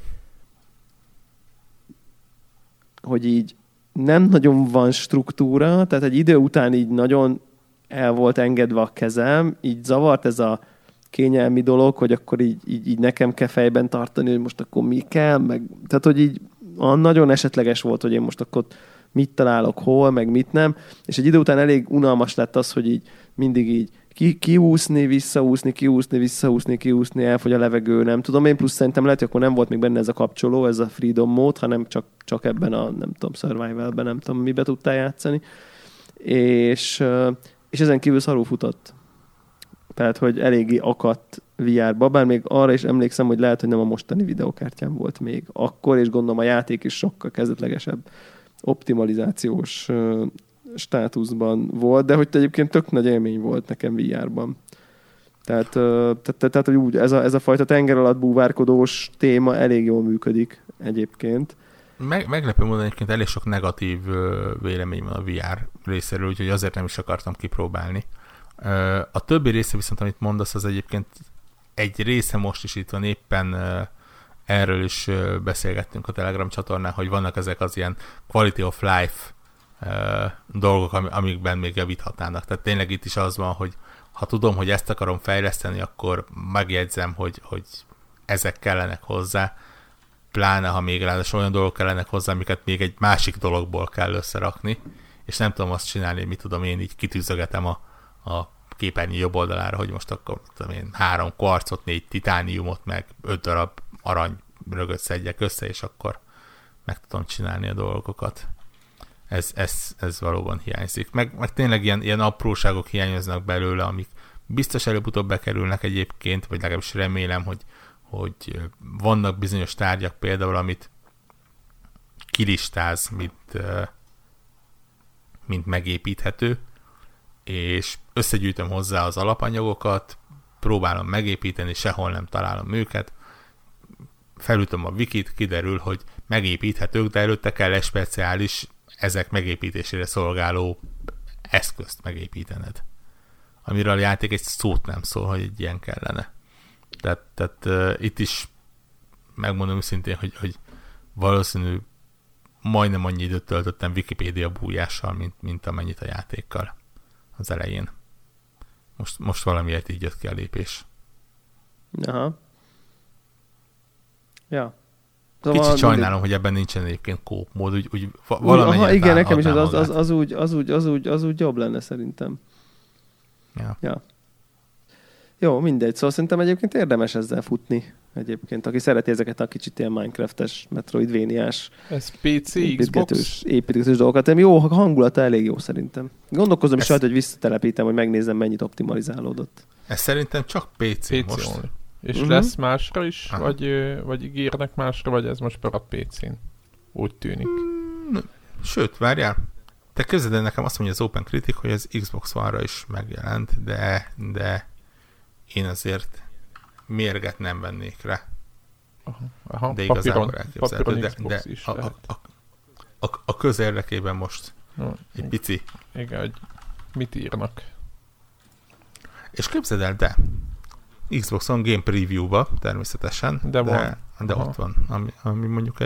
hogy így nem nagyon van struktúra, tehát egy idő után így nagyon el volt engedve a kezem, így zavart ez a kényelmi dolog, hogy akkor így nekem kell fejben tartani, hogy most akkor mi kell, meg, tehát hogy így nagyon esetleges volt, hogy én most akkor mit találok hol, meg mit nem, és egy idő után elég unalmas lett az, hogy így mindig így kiúszni, visszaúszni, elfogy a levegő, nem tudom én, plusz szerintem lehet, hogy akkor nem volt még benne ez a kapcsoló, ez a freedom mód, hanem csak ebben a, nem tudom, survivalben, nem tudom, mibe tudtál játszani. És ezen kívül szarul futott. Tehát, hogy eléggé akadt VR-ba, bár még arra is emlékszem, hogy lehet, hogy nem a mostani videokártyám volt még akkor, és gondolom a játék is sokkal kezdetlegesebb optimalizációs státuszban volt, de hogy egyébként tök nagy élmény volt nekem VR-ban. Tehát hogy úgy, ez a fajta tenger alatt búvárkodós téma elég jól működik egyébként. Meglepő módon egyébként elég sok negatív vélemény van a VR részéről, úgyhogy azért nem is akartam kipróbálni. A többi része viszont, amit mondasz, az egyébként egy része most is itt van, éppen erről is beszélgettünk a Telegram csatornán, hogy vannak ezek az ilyen quality of life dolgok, amikben még javíthatnának. Tehát tényleg itt is az van, hogy ha tudom, hogy ezt akarom fejleszteni, akkor megjegyzem, hogy ezek kellenek hozzá, pláne ha még ráadásul olyan dolgok kellenek hozzá, amiket még egy másik dologból kell összerakni, és nem tudom azt csinálni, mit tudom én, így kitűzögetem a képernyő jobb oldalára, hogy most akkor tudom én 3 kvarcot, 4 titániumot, meg 5 darab arany rögöt szedjek össze, és akkor meg tudom csinálni a dolgokat. Ez valóban hiányzik. Meg tényleg ilyen apróságok hiányoznak belőle, amik biztos előbb-utóbb bekerülnek egyébként, vagy legalábbis remélem, hogy vannak bizonyos tárgyak például, amit kilistáz, mint megépíthető, és összegyűjtöm hozzá az alapanyagokat, próbálom megépíteni, sehol nem találom őket, felütöm a wikit, kiderül, hogy megépíthetők, de előtte kell egy speciális, ezek megépítésére szolgáló eszközt megépítened. Amiről a játék egy szót nem szól, hogy egy ilyen kellene. Tehát itt is megmondom őszintén, hogy valószínű majdnem annyi időt töltöttem Wikipédia bújással, mint amennyit a játékkal az elején. Most valamiért így jött ki a lépés. Aha. Ja. Szóval kicsit sajnálom, hogy ebben nincsen egyébként kóp mód, úgy valamennyire. Aha, igen, nekem is az úgy jobb lenne szerintem. Ja. Jó, mindegy. Szóval szerintem egyébként érdemes ezzel futni. Egyébként, aki szereti ezeket a kicsit ilyen Minecraft-es, Metroidvania-s ez PC, Xbox? építgetős dolgokat. De jó, a hangulata elég jó szerintem. Gondolkozom is rajta, hogy visszatelepítem, hogy megnézem, mennyit optimalizálódott. Ez szerintem csak PC most. Only. És lesz másra is? Vagy ígérnek másra, vagy ez most parad PC-n? Úgy tűnik. Sőt, várjál. Te közben nekem azt mondja az Open Critic, hogy az Xbox One-ra is megjelent, de én azért mérget nem vennék rá. Aha, de igazából elképzelhető. De is a közérdekében most egy pici. Igen, hogy mit írnak. És képzeld el, de Xbox One Game Preview-ba természetesen, de ott van, ami mondjuk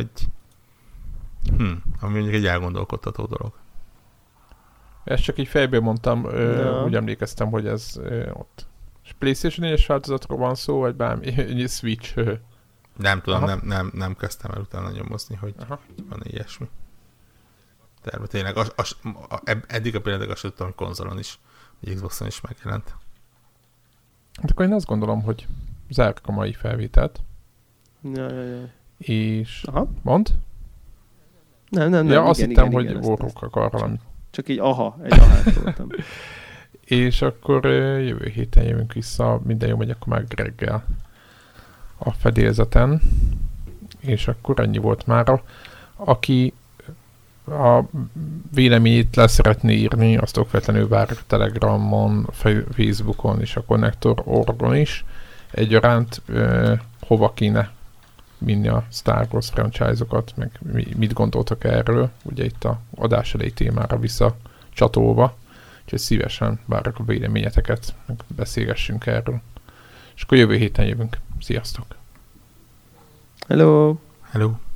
egy elgondolkodtató dolog. Ezt csak így fejből mondtam, úgy emlékeztem, hogy ez ott. És PlayStation 4-es változatról van szó, vagy bármi Switch? Nem tudom, nem kezdtem el utána nyomozni, hogy van ilyesmi. Terve tényleg, eddig a például azt tudtam, hogy konzolon is, vagy Xboxon is megjelent. De akkor én azt gondolom, hogy zárjuk a mai felvételt. Ja. És... Aha. Mondd? Nem. Ja, azt hittem, hogy vorrók akar valami. Csak így egy ahát voltam. És akkor jövő héten jövünk vissza, minden jó megy, akkor már reggel a fedélzeten. És akkor ennyi volt mára. Aki a véleményét le szeretné írni, azt okvetlenül várjuk Telegramon, Facebookon és a Connector.org-on is. Egyaránt hova kéne vinni a Star Wars franchise-okat, meg mit gondoltok erről, ugye itt a adás elejé témára visszacsatolva, úgyhogy szívesen várok a véleményeteket, meg beszélgessünk erről. És akkor jövő héten jövünk. Sziasztok! Hello!